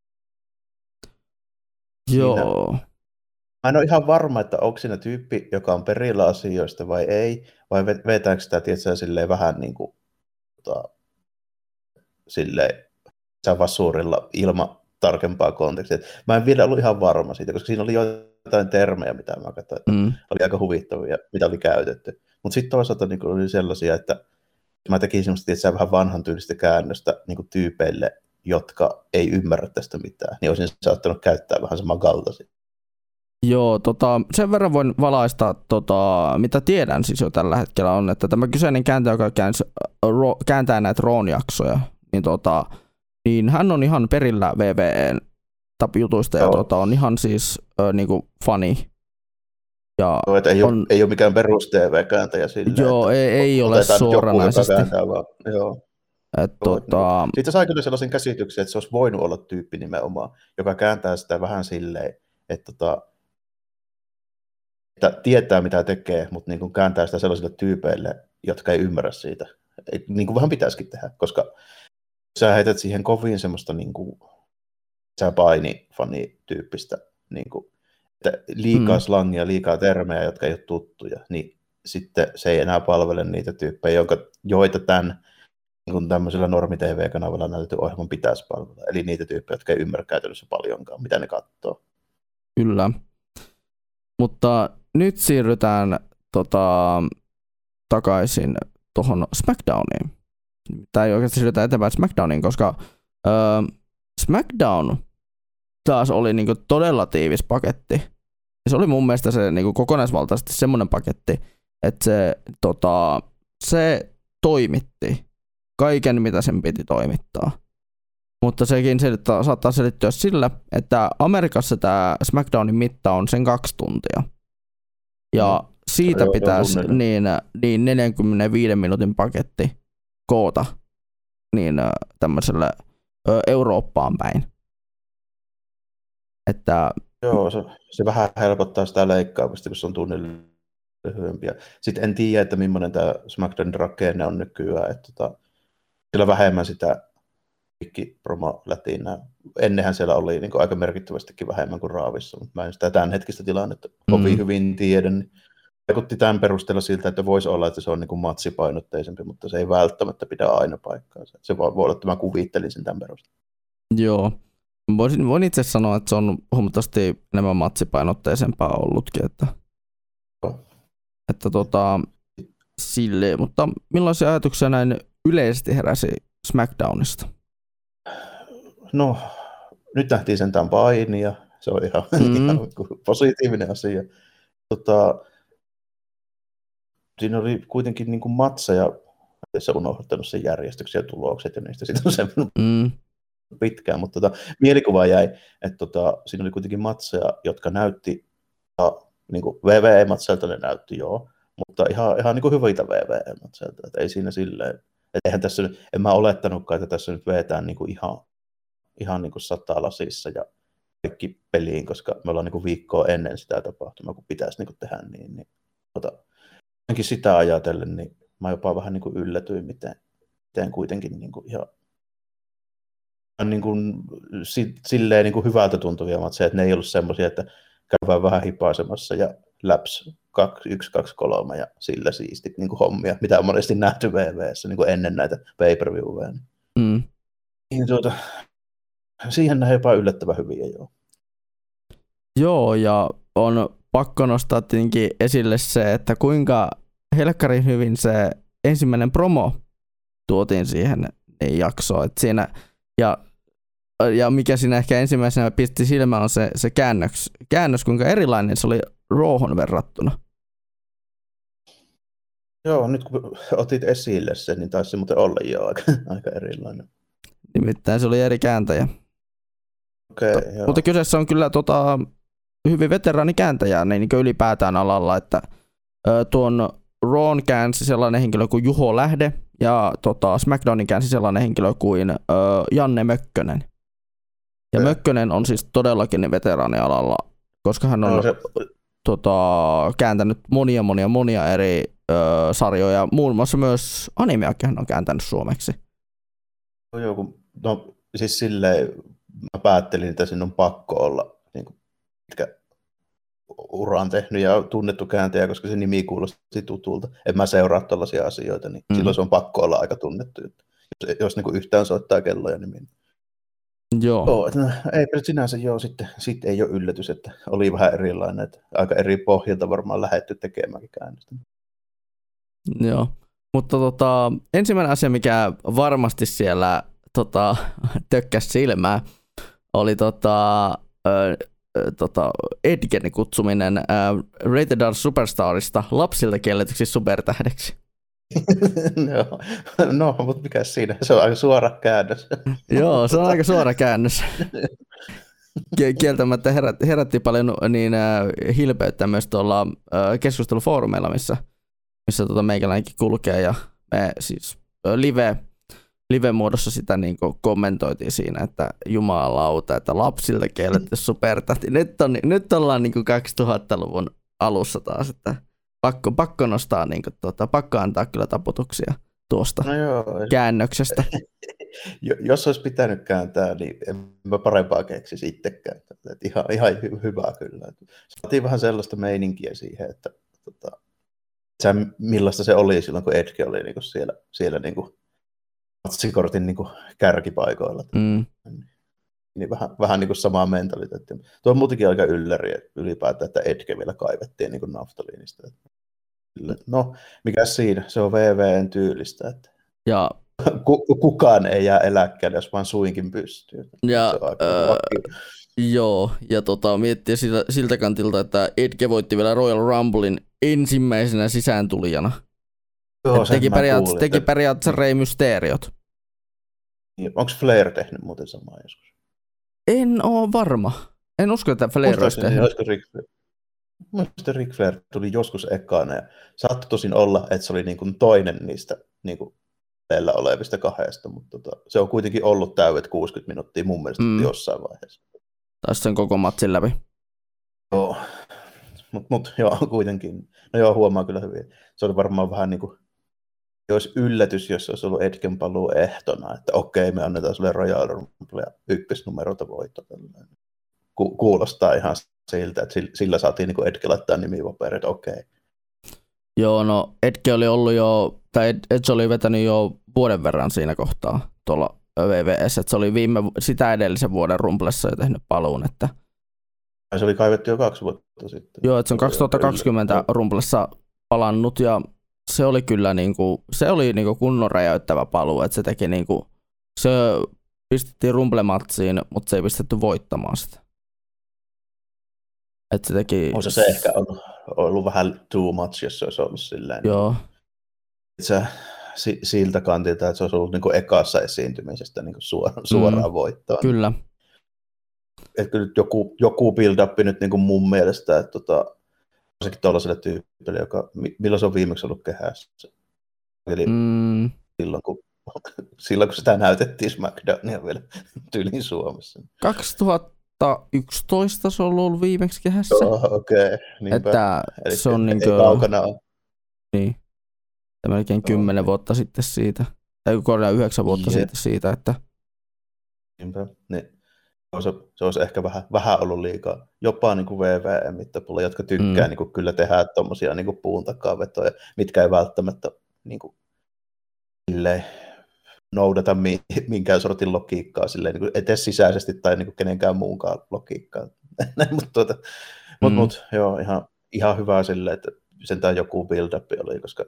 joo. Siinä, mä en ole ihan varma, että onko siinä tyyppi, joka on perillä asioista vai ei, vai vetääkö sitä tietysti silleen vähän niin kuin tota, silleen vasurilla ilman tarkempaa kontekstia. Mä en vielä ollut ihan varma siitä, koska siinä oli jotain termejä, mitä mä katsoin, että mm. oli aika huvittavia, mitä oli käytetty. Mutta sitten toisaalta niin oli sellaisia, että mä tekin semmoista tietysti vähän vanhan tyylistä käännöstä niin kuin tyypeille, jotka ei ymmärrä tästä mitään, niin olisin saattanut käyttää vähän saman kaltaisia. Joo, tota, sen verran voin valaista, tota, mitä tiedän siis jo tällä hetkellä on, että tämä kyseinen kääntäjä, joka käänsi, ro, kääntää näitä Rawn-jaksoja, niin, tota, niin hän on ihan perillä V V E:n jutuista ja tota, on ihan siis äh, niinku fani. Ja joo, ei, on, ole, ei ole mikään perus T V-kääntäjä silleen. Joo, ei, ei ole suoranaisesti. Joku, joo. Et, tota... Sitten sai kyllä sellaisen käsityksen, että se olisi voinut olla tyyppi nimenomaan, joka kääntää sitä vähän silleen, että, tota, että tietää mitä tekee, mutta niin kuin kääntää sitä sellaisille tyypeille, jotka ei ymmärrä siitä. Niin kuin vähän pitäisikin tehdä, koska sä heität siihen kovin semmoista niin kuin, sä paini-fani-tyyppistä, niin kuin, että liikaa hmm. slangia, liikaa termejä, jotka ei ole tuttuja, niin sitten se ei enää palvele niitä tyyppejä, joita tämän niin kuin tämmöisellä normi-T V-kanavalla näytetty ohjelman pitäisi palvella. Eli niitä tyyppejä, jotka ei ymmärrä käytännössä paljonkaan, mitä ne katsoo. Kyllä. Mutta nyt siirrytään tota, takaisin tuohon SmackDowniin. Tai oikeasti siirrytään eteenpäin SmackDowniin, koska öö, SmackDown taas oli niinku todella tiivis paketti. Se oli mun mielestä se niinku kokonaisvaltaisesti semmoinen paketti, että se, tota, se toimitti kaiken, mitä sen piti toimittaa. Mutta sekin selittää, saattaa selittyä sillä, että Amerikassa tämä SmackDownin mitta on sen kaksi tuntia. Ja mm. siitä joo, pitäisi joo, niin, niin neljänkymmenenviiden minuutin paketti koota niin tämmöiselle ö, Eurooppaan päin. Että, joo, se, se vähän helpottaa sitä leikkaamista, kun se on tunnille lyhyempiä. Sitten en tiedä, että millainen tämä SmackDownin rakenne on nykyään. Että tota, siellä vähemmän sitä promo-lätinää. Ennenhän siellä oli niin kuin aika merkittävästikin vähemmän kuin Raavissa, mutta mä en sitä tämän hetkistä tilannetta kovin mm. hyvin tiedä. Niin vaikutti tämän perusteella siltä, että voisi olla, että se on niin kuin matsipainotteisempi, mutta se ei välttämättä pidä aina paikkaa. Se voi olla, että mä kuvittelin sen tämän perusteella. Joo. Voisin, voin itse sanoa, että se on huomattavasti enemmän matsipainotteisempaa ollutkin. Että, oh. että tota, silleen, mutta millaisia ajatuksia näin yleisesti heräsi SmackDownista? No, nyt nähtiin sentään paini ja se on ihan, mm. ihan positiivinen asia. Tota, siinä oli kuitenkin niin kuin matseja, se on unohtanut sen järjestyksen ja tulokset ja niistä siitä on se mm. pitkään, mutta tota, mielikuva jäi, että tota, siinä oli kuitenkin matseja, jotka näytti, ja, niin kuin V V E-matseilta ne näytti joo, mutta ihan, ihan niin kuin hyviltä V V E-matseilta, että ei siinä silleen, että eihän tässä, en mä olettanutkaan, että tässä nyt vetään niin kuin ihan, ihan niin kuin sataa lasissa ja kaikki peliin, koska me ollaan niin kuin viikkoa ennen sitä tapahtumaa, kun pitäisi niin kuin tehdä niin, niin tota, ainakin sitä ajatellen, niin mä jopa vähän niin kuin yllätyin, miten, miten kuitenkin niin kuin ihan niin kuin, silleen niin kuin hyvältä tuntuvia matseja, että ne ei ollut semmoisia, että käydään vähän hipaisemassa ja läps yksi, kaksi, kolme ja sillä siistit niin kuin hommia, mitä on monesti nähty V V:ssä niin kuin ennen näitä pay-per-viewejä. Mm. Niin tuota, siihen nähdään jopa yllättävän hyviä, joo. Joo, ja on pakko nostaa tietenkin esille se, että kuinka helkkarin hyvin se ensimmäinen promo tuotiin siihen jaksoon. Että siinä, ja, ja mikä siinä ehkä ensimmäisenä pisti silmään on se, se käännös, käännös, kuinka erilainen se oli Rawhon verrattuna. Joo, nyt kun otit esille sen, niin taisi se muuten olla jo aika, aika erilainen. Nimittäin se oli eri kääntäjä. Okay, to, mutta kyseessä on kyllä tota, hyvin veteraanikääntäjä niin ylipäätään alalla, että ö, tuon Rawn käänsi sellainen henkilö kuin Juho Lähde ja tota, SmackDownin käänsi sellainen henkilö kuin ö, Janne Mökkönen. Ja okay. Mökkönen on siis todellakin veteraanialalla, koska hän on no, se... tota, kääntänyt monia monia monia eri ö, sarjoja, muun muassa myös animeakin hän on kääntänyt suomeksi. No, joo, kun, no siis silleen mä päättelin, että siinä on pakko olla niin kuin, mitkä uraan tehnyt ja tunnettu kääntäjä, koska se nimi kuulosti tutulta. En mä seuraa tällaisia asioita, niin mm. silloin se on pakko olla aika tunnettu, jos, jos niin kuin yhtään soittaa kelloja nimiin. Joo. joo no, ei sinänsä joo, sitten, sitten ei ole yllätys, että oli vähän erilainen, että aika eri pohjalta varmaan lähdetty tekemäänkin käännöstä. Joo, mutta tota, ensimmäinen asia, mikä varmasti siellä tota, tökkäsi silmää, oli tota, ö, tota, Edgenin kutsuminen ää, Rated R Superstarista lapsilta kielletyksi supertähdeksi. no, no, mutta mikä siinä? Se on aika suora käännös. Joo, se on aika suora käännös. Kieltämättä herät, herätti paljon niin, äh, hilpeyttä myös tuolla äh, keskustelufoorumeilla, missä, missä tota meikäläinenkin kulkee. Ja me siis äh, live, live-muodossa sitä niin kuin kommentoitiin siinä, että jumalauta, että lapsilta kielletty supertähti. Nyt, on, nyt ollaan niin kuin kaksituhattaluvun alussa taas, että pakko, pakko nostaa, niin kuin, tuota, pakko antaa kyllä taputuksia tuosta no joo, käännöksestä. Jos olisi pitänyt kääntää, niin en mä parempaa keksisi itsekään. Ihan, ihan hy- hyvää kyllä. Saatiin vähän sellaista meininkiä siihen, että tota, se, millaista se oli silloin, kun Edge oli niin kuin siellä, siellä niin kuin matsikortin niin kuin kärkipaikoilla. Mm. Niin vähän, vähän niin kuin samaa mentaliteettia. Tuo on muutenkin aika ylläri ylipäätään, että Edge vielä kaivettiin niin kuin naftaliinista. No, mikä siinä? Se on V V:n tyylistä. Että ja kukaan ei jää eläkkeelle, jos vaan suinkin pystyy. Ja, öö, joo, ja tota, miettii siltä, siltä kantilta, että Edge voitti vielä Royal Rumblein ensimmäisenä sisääntulijana. Joo, teki, periaatteessa, teki periaatteessa Rey Mysteriot. Onko Flair tehnyt muuten samaa joskus? En ole varma. En usko, että Flair olisi tehnyt. Mielestäni Ric Flair tuli joskus ekana ja saattoi tosin olla, että se oli niin kuin toinen niistä niin kuin teillä olevista kahdesta, mutta tota, se on kuitenkin ollut täydet kuusikymmentä minuuttia mun mielestä mm. jossain vaiheessa. Taisi sen koko matsin läpi. Joo. Mutta mut, joo, kuitenkin. No joo, huomaa kyllä hyvin. Se oli varmaan vähän niin kuin, olisi yllätys, jos olisi ollut Edgen paluu ehtona, että okei, me annetaan sulle Royal Rumble ja ykkösnumerota voitto. Ku- kuulostaa ihan siltä, että sillä saatiin niin Edge laittaa nimipaperit, okei. Joo, no Edge oli ollut jo, tai Edge oli vetänyt jo vuoden verran siinä kohtaa tuolla W W S, että se oli viime, sitä edellisen vuoden Rumblessa jo tehnyt paluun, että se oli kaivettu jo kaksi vuotta sitten. Joo, että se on kaksituhattakaksikymmentä Rumblessa palannut ja se oli kyllä niinku, se oli niinku kunnon räjäyttävä paluu, että se teki niinku, se pistettiin Rumble-matsiin, mutta se ei pistetty voittamaan sitä. Että se teki... On se, se ehkä on ollut vähän too much, jos se olisi ollut silleen. Joo. Se, si, siltä kantilta, että se olisi ollut niinku ekassa esiintymisestä niinku suoraan, suoraan mm, voittoon. Kyllä. Että kyllä joku, joku build-up nyt niin kuin mun mielestä, että tota, varsinkin tuollaiselle tyypille, joka, milloin se on viimeksi ollut kehässä? Eli mm. silloin, kun, silloin, kun sitä näytettiin SmackDownia vielä tyylin Suomessa. kaksituhattayksitoista se on ollut viimeksi kehässä. Joo, okei. Okay, että eli se on niin kuin... kaukana on. Niin. Tämä melkein kymmenen vuotta sitten siitä. Tai korjaa yhdeksän vuotta yeah. sitten siitä, että... Niinpä, niin. Se, se olisi ehkä vähän, vähän ollut liikaa. Jopa niin kuin V V M-mittapulla, jotka tykkää mm. niin kuin kyllä tehdä tuommoisia niin kuin puun takaa vetoja, mitkä ei välttämättä niin kuin, silleen, noudata minkään sortin logiikkaa, silleen, niin kuin etes sisäisesti tai niin kuin kenenkään muunkaan logiikkaa. mutta tuota, mm. mut, mut, joo, ihan, ihan hyvä silleen, että sentään joku build-up oli, koska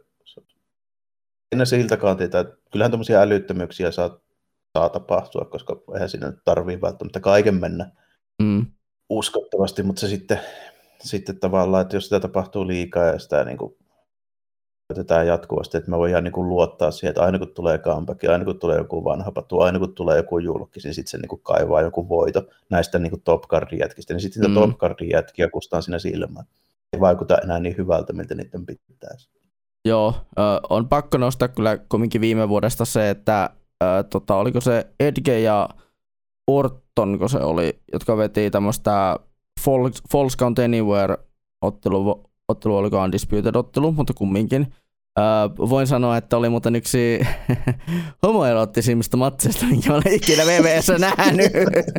ennen siltä kantilta, että kyllähän tuommoisia älyttömyyksiä saa saa tapahtua, koska eihän siinä tarvitse välttämättä kaiken mennä mm. uskottavasti, mutta se sitten, sitten tavallaan, että jos sitä tapahtuu liikaa ja sitä niin kuin käytetään jatkuvasti, että me voidaan niin kuin luottaa siihen, että aina kun tulee comeback, aina kun tulee joku vanha patu, aina kun tulee joku julkis, niin sitten se niin kuin kaivaa joku voito näistä niin kuin top cardin jätkistä, niin sitten mm. niitä top cardin jätkiä kustaan siinä silmään. Ei vaikuta enää niin hyvältä, miltä niiden pitäisi. Joo, on pakko nostaa kyllä kumminkin viime vuodesta se, että Äh, tota, oliko se Edge ja Orton, kun se oli, jotka veti tämmöistä Falls, Falls Count Anywhere-ottelu, ottelu oliko Undisputed-ottelu, mutta kumminkin. Äh, voin sanoa, että oli muuten yksi homoerottisimmista matseista, minkä olen ikinä V V S:ssä nähnyt.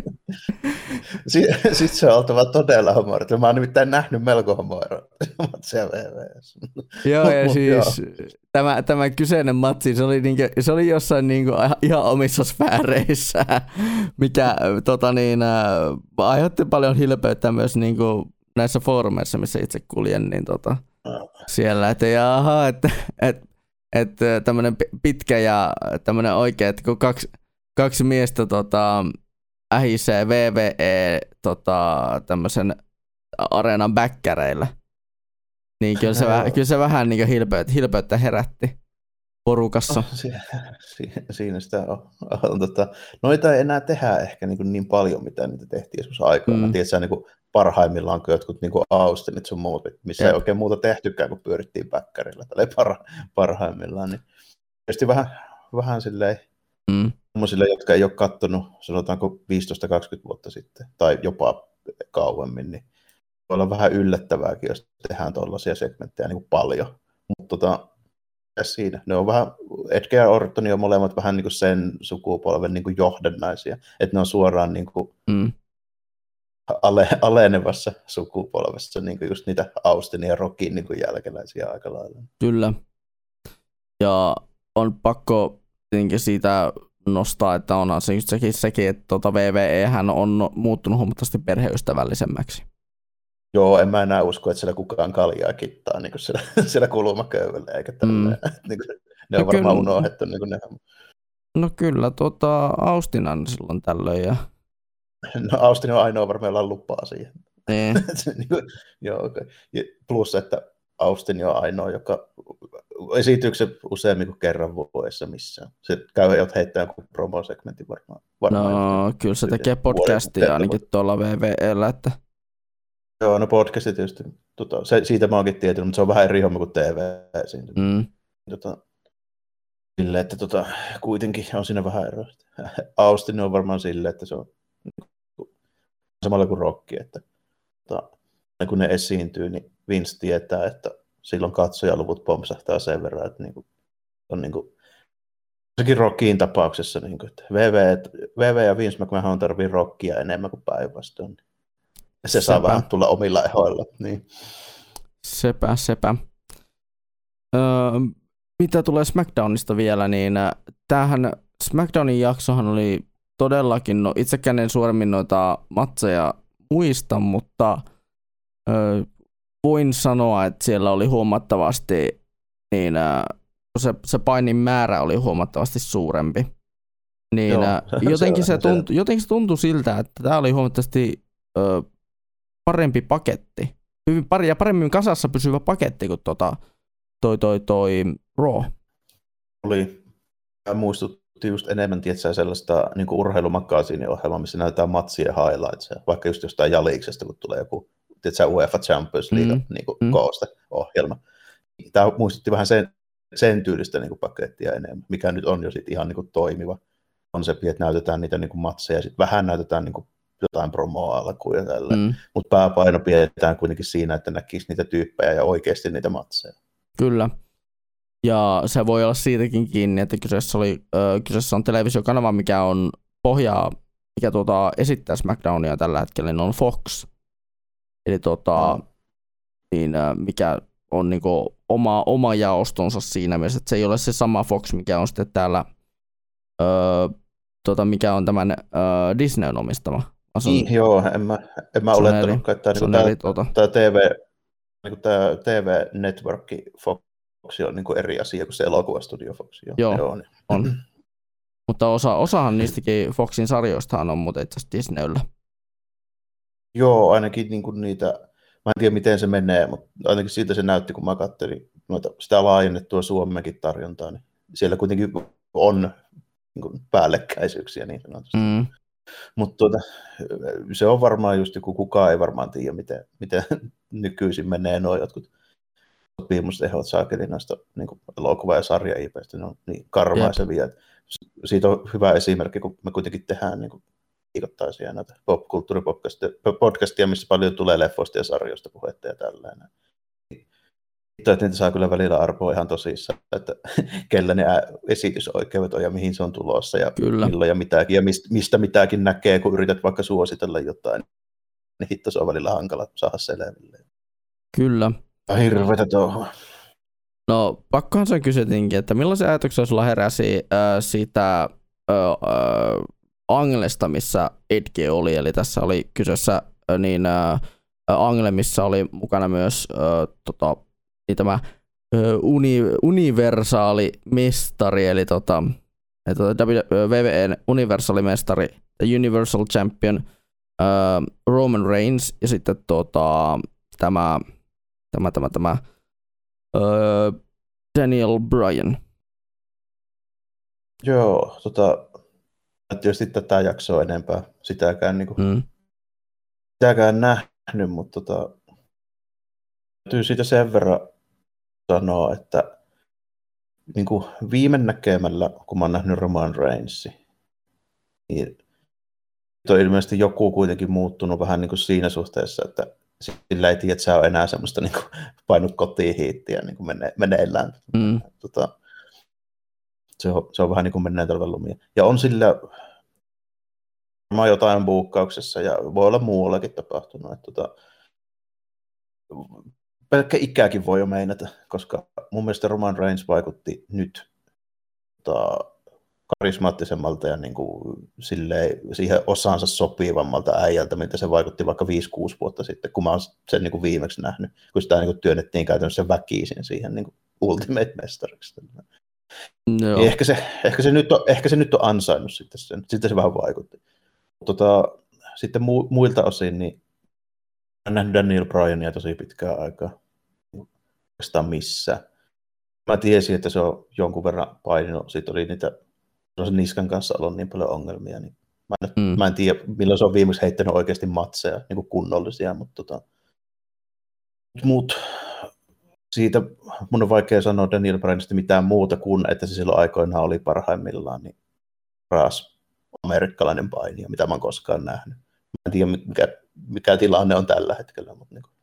Sitten se on oltava todella homoerottisia. Mä oon nimittäin nähnyt melko homoerottisia matseja V V S:ssä. Joo, ja siis tämä, tämä kyseinen matsi, se oli, niinku, se oli jossain niinku ihan omissa sfääreissä, mikä tota niin, äh, aiheutti paljon hilpeyttä myös niinku näissä foorumeissa, missä itse kuljen, niin tota, siellä, että jaha, että et, et, tämmöinen pitkä ja tämmöinen oikea, että kun kaksi, kaksi miestä tota, ähisee V V E tota, tämmöisen areenan bäkkäreillä, niin kyllä se, väh, kyllä se vähän niin hilpeyttä, hilpeyttä herätti porukassa. Oh, si- si- siinä sitä on. on tota, noita ei enää tehdä ehkä niin, niin paljon, mitä niitä tehtiin joskus aikaan. Mm. Tiedätkö, niin parhaimmillaan jotkut niin Austinit sun muut, missä Jep. ei oikein muuta tehtykään, kun pyörittiin bäkkärillä. Tällä parha- parhaimmillaan. Niin tietysti vähän, vähän silleen, mm. sellaisille, jotka ei ole kattonut, sanotaanko viisitoista kaksikymmentä vuotta sitten, tai jopa kauemmin, niin voi olla vähän yllättävääkin, jos tehdään tuollaisia segmenttejä niin kuin paljon. Mutta tota, siinä, ne on vähän, Edge ja Orton on molemmat vähän niin kuin sen sukupolven niin kuin johdannaisia, että ne on suoraan niin kuin mm. ale, alenevassa sukupolvessa, niin kuin just niitä Austin ja Rockin niin kuin jälkeläisiä aika lailla. Kyllä. Ja on pakko tietenkin siitä nostaa, että onhan se just sekin, sekin että tuota V V Ehän on muuttunut huomattavasti perheystävällisemmäksi. Joo, en mä enää usko, että siellä kukaan kaljaa kittaa niin kuin siellä, siellä kulmaköyvällä, eikä tälleen. Mm. Niin kuin, ne on no varmaan kyllä, unohdettu. Niin kuin ne. No kyllä, tuota, Austinan silloin tällöin. Ja... No Austin on ainoa varmaan, jolla on lupaa siihen. Niin. niin kuin, joo, okay. Plus, että Austin on ainoa, joka esiintyykö se useammin kuin kerran vuodessa missään. Se käy jot heittää joku promosegmentin varmaan. varmaan no yhteen. Kyllä se tekee podcastia ainakin tuolla V V E:llä, että joo, no podcasti tietysti. Tota, se, siitä mä oonkin tietynyt, mutta se on vähän eri homma kuin T V. Mm. Tota, sille, että tota, kuitenkin on siinä vähän eroa. Austin on varmaan silleen, että se on samalla kuin Rocky. Että, tota, kun ne esiintyy, niin Vince tietää, että silloin katsojaluvut pompsahtaa sen verran, että niin kuin, on niin kuin, sekin Rockin tapauksessa, niin kuin, että V V, V V ja Vince McMahon tarvii Rockia enemmän kuin päinvastoin. Se saa sepä. vähän tulla omilla ehoilla. Niin. Sepä, sepä. Öö, mitä tulee SmackDownista vielä, niin tämähän SmackDownin jaksohan oli todellakin, no itsekään en suoremmin noita matseja muista, mutta öö, voin sanoa, että siellä oli huomattavasti, niin öö, se, se painin määrä oli huomattavasti suurempi. Niin Joo, öö, jotenkin, se tuntui, jotenkin se tuntui siltä, että tämä oli huomattavasti öö, parempi paketti. Hyvin pari ja paremmin kasassa pysyvä paketti kuin tota, toi, toi, toi Raw. Oli, muistutti just enemmän, tietysti sellaista niin urheilumagasiiniohjelmaa, missä näytetään matsien highlights, vaikka just jostain Jaliksesta, kun tulee joku, tietysti UEFA Champions League mm. niin mm. kooste-ohjelma. Tämä muistutti vähän sen, sen tyylistä niin kuin pakettia enemmän, mikä nyt on jo sit ihan niin kuin toimiva konsepti, että näytetään niitä niin kuin matseja, ja sitten vähän näytetään niin kuin jotain promoa alkuun ja tällä. Mm. Mutta pääpaino pidetään kuitenkin siinä, että näkisi niitä tyyppejä ja oikeasti niitä matseja. Kyllä. Ja se voi olla siitäkin kiinni, että kyseessä, oli, äh, kyseessä on televisiokanava, mikä on pohjaa, mikä tuota, esittää SmackDownia tällä hetkellä, niin on Fox. Eli tuota, mm. niin, äh, mikä on niinku oma, oma jaostonsa siinä mielessä, että se ei ole se sama Fox, mikä on sitten täällä, äh, tuota, mikä on tämän äh, Disneyn omistama. Asun, niin, joo, en mä, en mä olettanutkaan, että tämä, tämä, tuota. tämä T V, niin tämä T V-network Fox on niin kuin eri asia kuin se elokuvastudio Fox. Joo, joo joo niin. on. Mutta osa, osahan niistäkin Foxin sarjoistahan on muuten itse asiassa Disneyllä. Joo, ainakin niin kuin niitä, mä en tiedä miten se menee, mutta ainakin siitä se näytti, kun mä katselin noita, sitä laajennettua Suomenkin tarjontaa, niin siellä kuitenkin on niin kuin päällekkäisyyksiä niin sanotusti. Mm. Mutta tuota, se on varmaan just joku, kukaan ei varmaan tiedä, miten, miten nykyisin menee nuo jotkut sopimustehot saakeli noista niin elokuva- ja sarja-ipeistä, ne on niin karmaisevia. Siitä on hyvä esimerkki, kun me kuitenkin tehdään niin viikoittaisia näitä popkulttuuripodcastia, missä paljon tulee leffoista ja sarjoista puhetta ja tällainen. Että niitä saa kyllä välillä arpoa ihan tosissaan, että kellä ne esitysoikeudet on ja mihin se on tulossa ja kyllä. Milloin ja mitäkin ja mistä mitäkin näkee, kun yrität vaikka suositella jotain. Niin hitto se on välillä hankala saada selville. Kyllä. Hirveätä touhua. No pakkohan se kysytinkin, että millaisia ajatuksia sulla heräsi äh, siitä äh, äh, Anglesta, missä Edge oli, eli tässä oli kyseessä äh, niin äh, Angle, missä oli mukana myös äh, tota, niin tämä äh, uni, universaali mestari, eli tota, tota, W W E universaali mestari, Universal Champion äh, Roman Reigns, ja sitten tota, tämä Tämä, tämä, tämä uh, Daniel Bryan. Joo, tota, tietysti tätä jaksoa enempää sitäkään, niin kuin, mm. sitäkään nähnyt, mutta tota, täytyy siitä sen verran sanoa, että niin kuin viime näkemällä, kun mä oon nähnyt Roman Reignsin, niin on ilmeisesti joku kuitenkin muuttunut vähän niin kuin siinä suhteessa, että sillä ei tiedä, että se on enää semmoista niin kuin painut kotiin hiittiä niin kuin mene, meneillään. Mm. Tota, se, on, se on vähän niin kuin menneen talven lumia. Ja on sillä varmaan jotain buukkauksessa ja voi olla muuallakin tapahtunut. Että, tota, pelkkä ikäkin voi jo meinata, koska mun mielestä Roman Reigns vaikutti nyt tota, karismaattisemmalta ja niin kuin silleen, siihen osaansa sopivammalta äijältä, mitä se vaikutti vaikka viisi kuusi vuotta sitten, kun mä oon sen niin kuin viimeksi nähnyt, kun sitä niin kuin työnnettiin käytännössä väkisin siihen niin kuin Ultimate-mestariksi. No. Ehkä, se, ehkä, se nyt on, ehkä se nyt on ansainnut sitten sen, sitten se vähän vaikutti. Tota, sitten mu, muilta osin, niin olen nähnyt Daniel Bryania tosi pitkään aikaa, oikeastaan missään. Mä tiesin, että se on jonkun verran paininut, sitten oli niitä sen niskan kanssa ollut niin paljon ongelmia, niin mä en, mm. mä en tiedä, milloin se on viimeksi heittänyt oikeasti matseja, niin kuin kunnollisia, mutta tota, mut, siitä mun on vaikea sanoa Daniel Bryanista mitään muuta kuin, että se silloin aikoinaan oli parhaimmillaan niin paras amerikkalainen painija, mitä mä oon koskaan nähnyt. Mä en tiedä, mikä, mikä tilanne on tällä hetkellä, mutta niin kuin,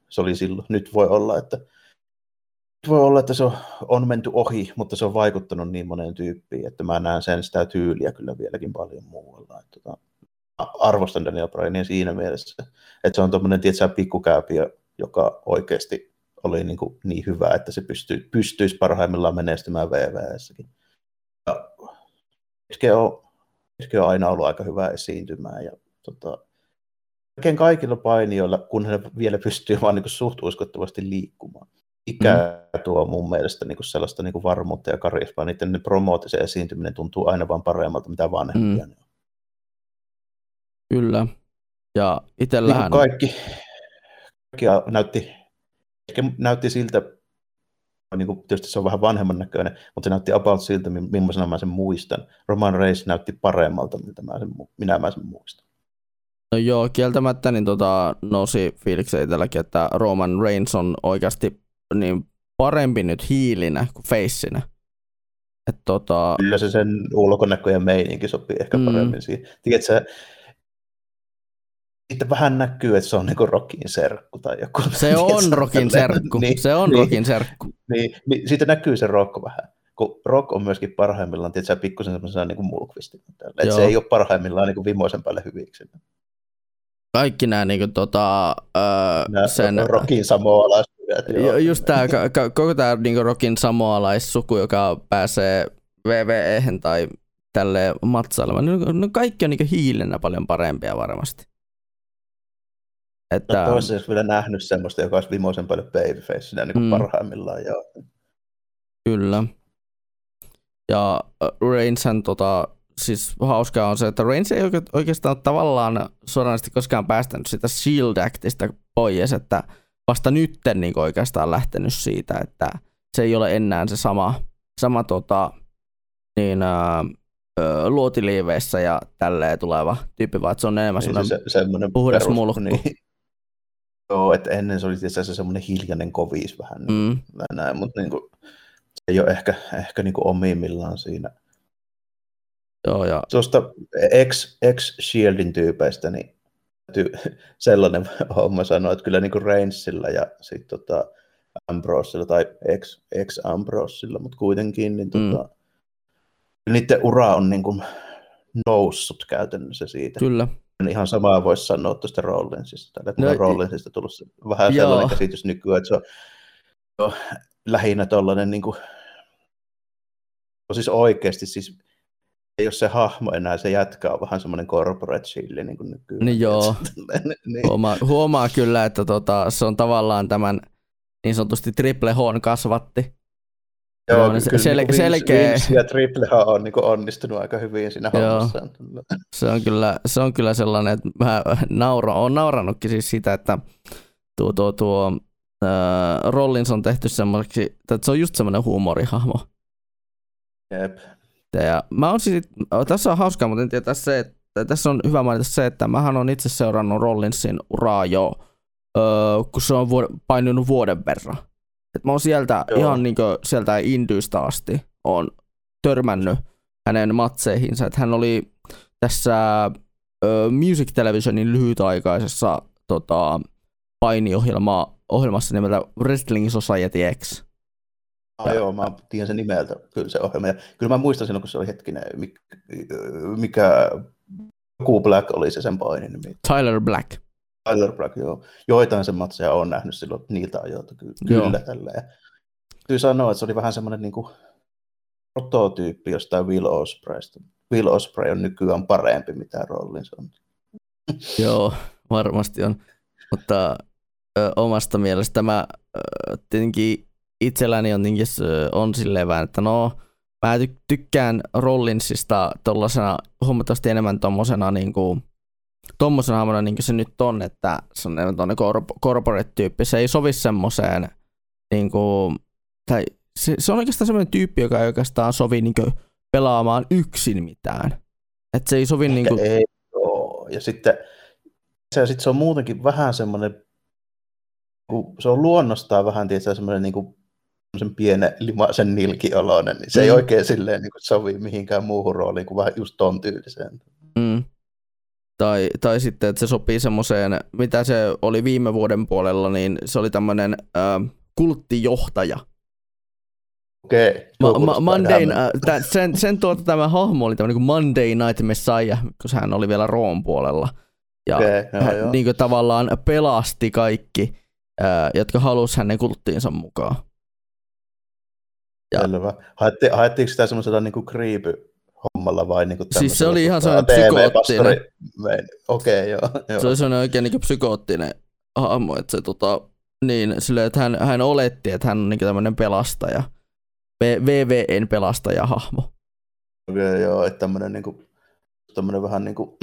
se oli silloin. Nyt voi olla, että voi olla, että se on, on menty ohi, mutta se on vaikuttanut niin moneen tyyppiin, että mä näen sen sitä tyyliä kyllä vieläkin paljon muualla. Että, tota, arvostan Daniel Bryania siinä mielessä, että se on tommoinen, tietsä, pikkukääpiö, joka oikeasti oli niin, kuin niin hyvä, että se pystyy, pystyisi parhaimmillaan menestymään V V S:ssäkin. Ja Eske on, Eske on aina ollut aika hyvä esiintymään ja tota, oikein kaikilla painijoilla, kun he vielä pystyy vaan niin kuin suht uskottavasti liikkumaan. Ikä mm. tuo mun mielestä niin kuin sellaista niin kuin varmuutta ja karismaa. Niiden ne promoot ja se esiintyminen tuntuu aina vaan paremmalta, mitä vanhempia mm. ne on. Kyllä. Ja itsellähän... Niin kaikki, kaikki näytti, ehkä näytti siltä, niin kuin tietysti se on vähän vanhemman näköinen, mutta se näytti about siltä, millaisena mä sen muistan. Roman Reigns näytti paremmalta, miltä mä sen, minä mä sen muistan. No joo, kieltämättä niin tota, nousi fiiliksen itselläkin, että Roman Reigns on oikeasti niin parempi nyt hiilinä kuin feissinä. Et tota... Kyllä se sen ulkonäkö ja meininki sopii ehkä paremmin mm. siihen. Tiedätkö, sitten vähän näkyy, että se on niinku Rockin serkku tai joku. Se on Rockin serkku. niin, se on niin, Rockin serkku. Niin, niin, siitä näkyy se Rock vähän. Kun Rock on myöskin parhaimmillaan, tiedätkö, pikkusen semmoisena niinku mulkvistin. Että se ei ole parhaimmillaan niinku vimoisen päälle hyviksi. Kaikki nämä niinku tota... Öö, sen... Rockin samoalaiset. Just tää, k- koko tämä niinku Rockin samoalaissuku, joka pääsee V V E:hen tai tälleen matsailemaan, no, no kaikki on niinku hiilenä paljon parempia varmasti. Että... No toisaalta vielä nähnyt semmoista, joka olisi vimoisen paljon babyface, niin mm. parhaimmillaan. Joo. Kyllä. Ja Reignshän, tota, siis hauskaa on se, että Reigns ei oikeastaan tavallaan suoranaisesti koskaan päästänyt sitä Shield Actista pois, että vasta nytten niin oikeastaan lähtenyt siitä, että se ei ole enää se sama, sama tota, niin, ää, luotiliiveissä ja tälleen tuleva tyyppi, vaan se on enemmän niin se, semmoinen puhdas perus, mulkku. Niin. Joo, että ennen se oli tietysti semmoinen hiljainen kovis vähän, mm. näin, mutta niin kuin, se ei ole ehkä, ehkä niin kuin omimmillaan siinä. Joo, ja... Tuosta ex-Shieldin tyypeistä, niin sellainen homma sanoo, että kyllä niin kuin Reignsilla ja sitten tota Ambrosella tai ex-Ambrosella, mutta kuitenkin, niin tota, mm. niiden ura on niin kuin noussut käytännössä siitä. Kyllä. Ihan samaa voisi sanoa tuosta Rollinsista. No, Rollinsista tullut vähän joo. sellainen käsitys nykyään, että se on, on lähinnä tollainen, niin kuin, siis oikeasti, siis ei ole se hahmo enää, se jätkä on vähän semmoinen corporate chilli niin kuin nykyään. Niin joo, niin. Huomaa, huomaa kyllä, että tota, se on tavallaan tämän niin sanotusti Triple H:n kasvatti. Joo, no, kyllä sel- niin selkeä... Vince ja Triple H on niin onnistunut aika hyvin siinä hommassa. Se on kyllä, se on kyllä sellainen, että mä naura, olen naurannutkin siis sitä, että tuo, tuo, tuo äh, Rollins on tehty semmoiseksi, että se on just semmoinen huumorihahmo. Jep. Ja mä on siis, tässä on hauskaa, mutta en tiedä, se, että, tässä on hyvä mainita se, että mähän on itse seurannut Rollinsin uraa jo, öö, kun se on vuod- painunut vuoden verran. Et mä oon sieltä Joo. ihan niinku sieltä Indystä asti on törmännyt hänen matseihinsa. Et hän oli tässä ö, Music Televisionin lyhytaikaisessa tota, painiohjelmassa nimeltä Wrestling Society X. Ah, joo, mä tiedän sen nimeltä, kyllä se ohjelma. Ja kyllä mä muistan silloin, kun se oli hetkinen, mikä, mikä joku Black oli se sen painin nimi. Tyler Black. Tyler Black, joo. Joitain sen matseja on nähnyt silloin niiltä ajoilta, kyllä, kyllä tälleen. Täytyy sanoa, että se oli vähän semmoinen niin kuin prototyyppi jostain Will Ospreaysta. Will Ospreay on nykyään parempi, mitä Rollins on. Joo, varmasti on. Mutta ö, omasta mielestä mä ö, tietenkin itselläni on, on silleen vähän, että no, mä ty- tykkään Rollinsista tollasena huomattavasti enemmän tommosena niinku, tommosena hahmona niin kuin se nyt on, että se on enemmän korp- corporate-tyyppi. Se ei sovi semmoseen, niinku, tai se, se on oikeastaan semmoinen tyyppi, joka ei oikeastaan sovi niinku pelaamaan yksin mitään. Että se ei sovi niinku... Ei joo, ja sitten se, sit se on muutenkin vähän semmoinen, se on luonnostaan vähän tietysti semmoinen niinku sen pienen limaisen nilkioloinen, niin se mm. ei oikein silleen niin kuin sovi mihinkään muuhun rooliin kuin vähän just ton tyyliseen. Mm. Tai, tai sitten, että se sopii semmoiseen, mitä se oli viime vuoden puolella, niin se oli tämmöinen äh, kulttijohtaja. Okei. Ma- ma- Monday, äh, tä, sen, sen tuota tämä hahmo oli tämmöinen kuin Monday Night Messiah, koska hän oli vielä Rawn puolella. Ja okay, joo, hän joo. niin kuin tavallaan pelasti kaikki, äh, jotka halusi hänen kulttiinsa mukaan. Ja. Selvä. Haetti, haettiinko sitä semmoisella niinku creepy-hommalla vai niinku tämmöisellä? Siis se oli ihan tota, sellainen psykoottinen. Okei, okay, joo, joo. Se oli sellainen oikein niin psykoottinen hahmo, että se tota, niin, silleen, että hän, hän oletti, että hän on niin tämmöinen pelastaja, V V N pelastajahahmo. Okei, okay, joo, että tämmöinen niinku, tämmöinen vähän niinku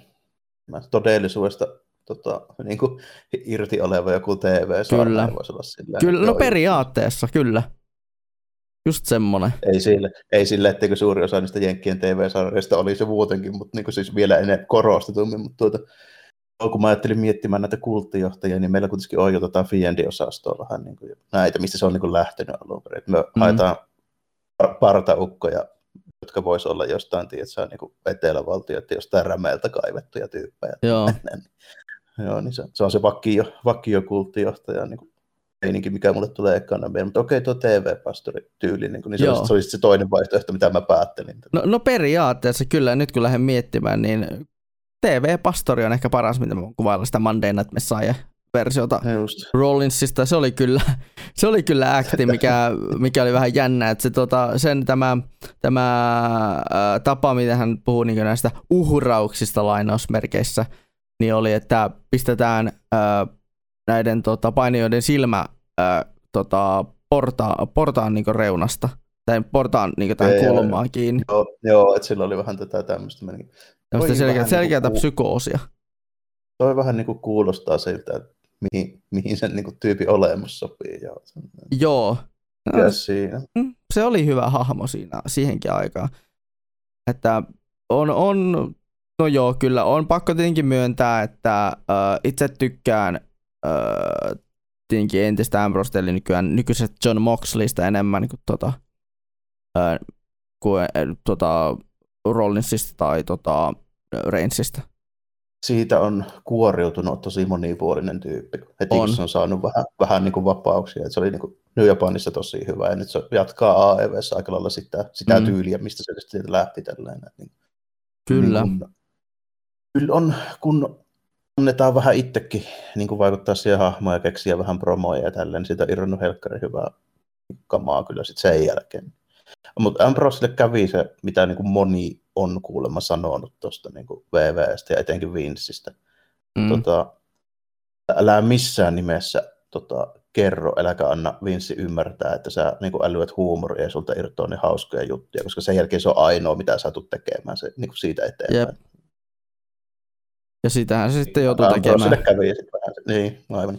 todellisuudesta tota, niinku irti oleva joku T V-sarja. Kyllä, voisi olla silleen, kyllä no joo, periaatteessa, kyllä. Just semmoinen. Ei sille, ei sille, etteikö suuri osa niistä Jenkkien T V-sarjoista oli se muutenkin, mutta niin siis vielä enemmän korostetummin. Mutta tuota, kun mä ajattelin miettimään näitä kulttijohtajia, niin meillä kuitenkin on jo tota Fiendi-osastoa vähän niin kuin näitä, mistä se on niin kuin lähtenyt alun perin. Me mm. haetaan partaukkoja, jotka vois olla jostain, tiedätkö, niin kuin etelävaltioita, jostain rämeiltä kaivettuja tyyppejä. Joo. Joo, niin se, se on se vakio, vakio kulttijohtaja, niin kuin meininki, mikä mulle tulee ekana mieleen, mutta okei, tuo T V-pastori-tyyli, niin, niin se, olisi, se olisi se toinen vaihtoehto, mitä mä päättelin. No, no periaatteessa kyllä, nyt kun lähden miettimään, niin T V-pastori on ehkä paras, mitä mä kuvailla sitä Monday Night Messiah-versiota Rollinsista. Se oli kyllä, se oli kyllä acti, mikä, mikä oli vähän jännä, että se, tota, sen tämä, tämä ä, tapa, miten hän puhuu niin näistä uhrauksista lainausmerkeissä, niin oli, että pistetään ä, näiden tota, painijoiden silmä ää, tota, porta, portaan niinku reunasta, tai portaan niinku tähän kulmaan kiinni. Joo, joo, että sillä oli vähän tätä tämmöistä. Tämmöistä selkeä, selkeätä niinku, psykoosia. Toi vähän niinku kuulostaa siltä, että mihin, mihin sen niinku tyypin olemus sopii. Joo. Joo. Ja siinä. Se oli hyvä hahmo siinä, siihenkin aikaan. Että on, on, no joo, kyllä on pakko tietenkin myöntää, että äh, itse tykkään Uh, tietenkin entistä Ambrosesta, eli nykyään nykyisestä John Moxleysta enemmän niin kuin, tota, uh, kuin uh, tota, Rollinsista tai tota, Reignsista. Siitä on kuoriutunut tosi monipuolinen tyyppi. Heti on. kun se on saanut vähän, vähän niin kuin vapauksia. Et se oli niin kuin New Japanissa tosi hyvä, ja nyt se jatkaa A E V:ssä aika lailla sitä, sitä mm. tyyliä, mistä se sitten lähti tälleen. Niin, kyllä. Niin kun, kyllä on, kun annetaan vähän itsekin niin kuin vaikuttaa siihen hahmoon ja keksiä vähän promoja ja tälleen, niin siitä on irronnut helkkari hyvää kamaa kyllä sitten sen jälkeen. Mutta Ambroselle kävi se, mitä niin kuin moni on kuulemma sanonut tuosta niin kuin V V:stä ja etenkin Vinceistä. Mm. Tota, älä missään nimessä tota, kerro, äläkä anna Vince ymmärtää, että sä niin kuin älyät huumoria ja sulta irtoaa ne hauskoja juttuja, koska sen jälkeen se on ainoa, mitä sä tulet tekemään se, niin kuin siitä eteenpäin. Jep. Ja sitähän se sitten joutuu tekemään. Kävi ja sitten vähän. Niin, aivan.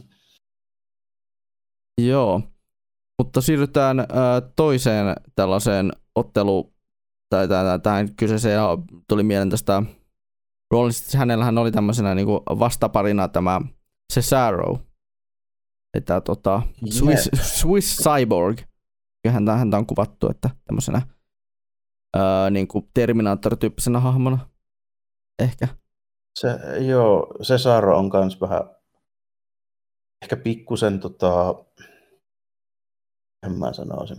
Joo, mutta siirrytään äh, toiseen tällaiseen ottelu, tai tähän kyseeseen tuli mieleen tästä Rollinsista. Hänellähän oli tämmöisenä niin kuin vastaparina tämä Cesaro, että tota, Swiss, Swiss Cyborg. Häntä, häntä on kuvattu, että tämmöisenä äh, niin kuin Terminator-tyyppisenä hahmona ehkä. Se, joo, Cesaro on kans vähän ehkä pikkusen tota, en mä sanoisin,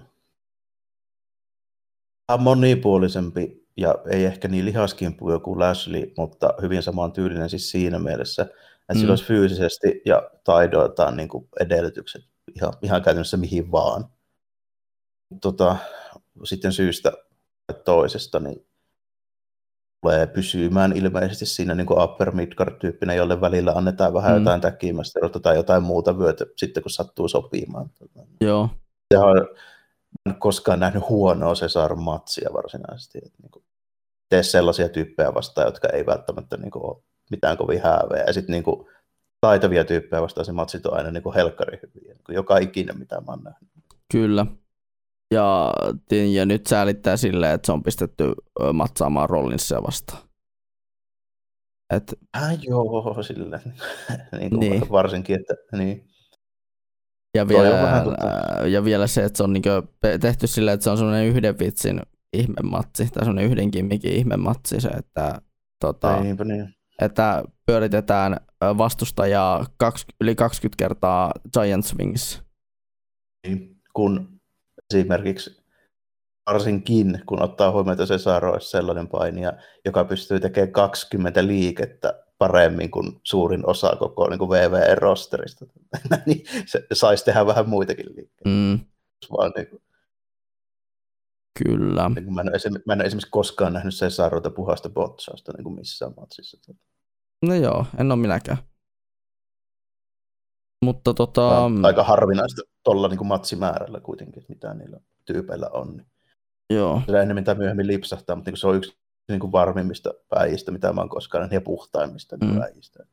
monipuolisempi ja ei ehkä niin lihaskimpu kuin Lashley, mutta hyvin samaan tyylinen siis siinä mielessä, että mm. sillä olisi fyysisesti ja taidoiltaan niin kuin edellytykset ihan, ihan käytännössä mihin vaan. Tota, sitten syystä toisesta, niin tulee pysymään ilmeisesti siinä niin kuin upper midcard-tyyppinen, jolle välillä annetaan vähän mm. jotain täkimästä tai jotain muuta vyötä sitten, kun sattuu sopimaan. Joo. Sehän on, en koskaan nähnyt huonoa Cesaro-matsia varsinaisesti. Et niin kuin tee sellaisia tyyppejä vastaan, jotka ei välttämättä niin kuin ole mitään kovin hääveä. Ja sitten niin kuin taitavia tyyppejä vastaan se matsit on aina niin kuin helkkari hyviä. Niin kuin joka ikinen, mitä mä oon nähnyt. Kyllä. Ja, ja nyt säälittää silleen, että se on pistetty matsaamaan Rollinsia vastaan. Et... Äh, joo, silleen. niin kuin niin. Varsinkin, että niin. Ja vielä, ja vielä se, että se on niinku tehty silleen, että se on semmoinen yhden vitsin ihmematsi, tai semmoinen yhden kimmikin ihmematsi se, että tota, Niinpä niin. että pyöritetään vastustajaa kaksi, yli kaksikymmentä kertaa Giant Swings. Kun esimerkiksi varsinkin, kun ottaa huomioon, että Cesaro olisi sellainen painija, joka pystyy tekemään kaksikymmentä liikettä paremmin kuin suurin osa koko niin kuin V V E-rosterista, niin se saisi tehdä vähän muitakin liikkeitä. Mm. Vaan, niin kuin, Kyllä. Niin mä, en ole, mä en ole esimerkiksi koskaan nähnyt Cesarota puhasta botsausta niin kuin missään matsissa. No joo, en ole minäkään. Mutta tota... Aika harvinaista tuolla niin kuin matsimäärällä kuitenkin, mitä niillä tyypeillä on. Niin. Joo. Se enemmän tai myöhemmin lipsahtaa, mutta niin se on yksi niin kuin varmimmista päijistä, mitä mä oon koskaan nähnyt, ja puhtaimmista mm. päijistä.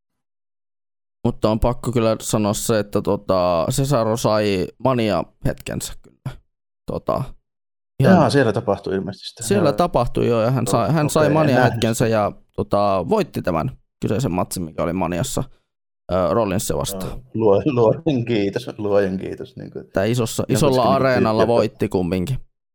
Mutta on pakko kyllä sanoa se, että tota, Cesaro sai mania-hetkensä kyllä. Tota, ihan... Jaa, siellä tapahtui ilmeisesti sitä. Siellä ja... tapahtui jo, ja hän sai, hän okay, sai mania-hetkensä ja tota, voitti tämän kyseisen matsin, mikä oli maniassa äh, Rollinsia vastaan. No, luo, luojen kiitos, luojen kiitos. Niin kuin, Tämä isossa, isolla areenalla tyyppi, voitti kumminkin.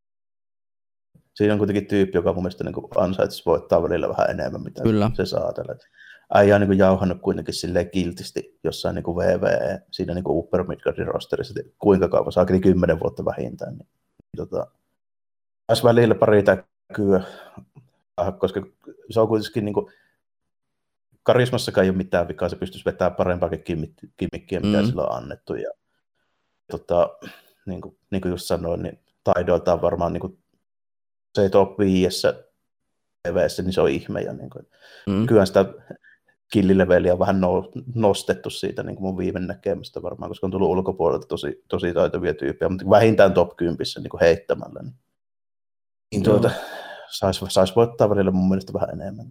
Siinä on kuitenkin tyyppi, joka mun mielestä niin ansaitsisi voittaa välillä vähän enemmän, mitä kyllä. Se saa tällä. Äijä on niin jauhannut kuitenkin silleen kiltisti jossain niin kuin V V E, siinä niin kuin Upper Midgardin rosterissa, kuinka kauan, saakeli kymmenen vuotta vähintään. Niin, tota, taas välillä pari täkyä, koska se on kuitenkin niin kuin, karismassakaan ei ole mitään vikaa, se pystyisi vetämään parempaakin kimmikkiä, mitä mm. sillä on annettu. Ja, tota, niin, kuin, niin kuin just sanoin, niin taidoiltaan varmaan niin kuin, se ei top viidessä T V:ssä, niin se on ihme. Ja, niin kuin, mm. Kyllä sitä killileveliä on vähän no, nostettu siitä niin kuin mun viime näkemästä varmaan, koska on tullut ulkopuolelta tosi, tosi taitavia tyyppejä, mutta vähintään top kymmenen niin kuin heittämällä. Niin, niin tuota, saisi sais voittaa välillä mun mielestä vähän enemmän.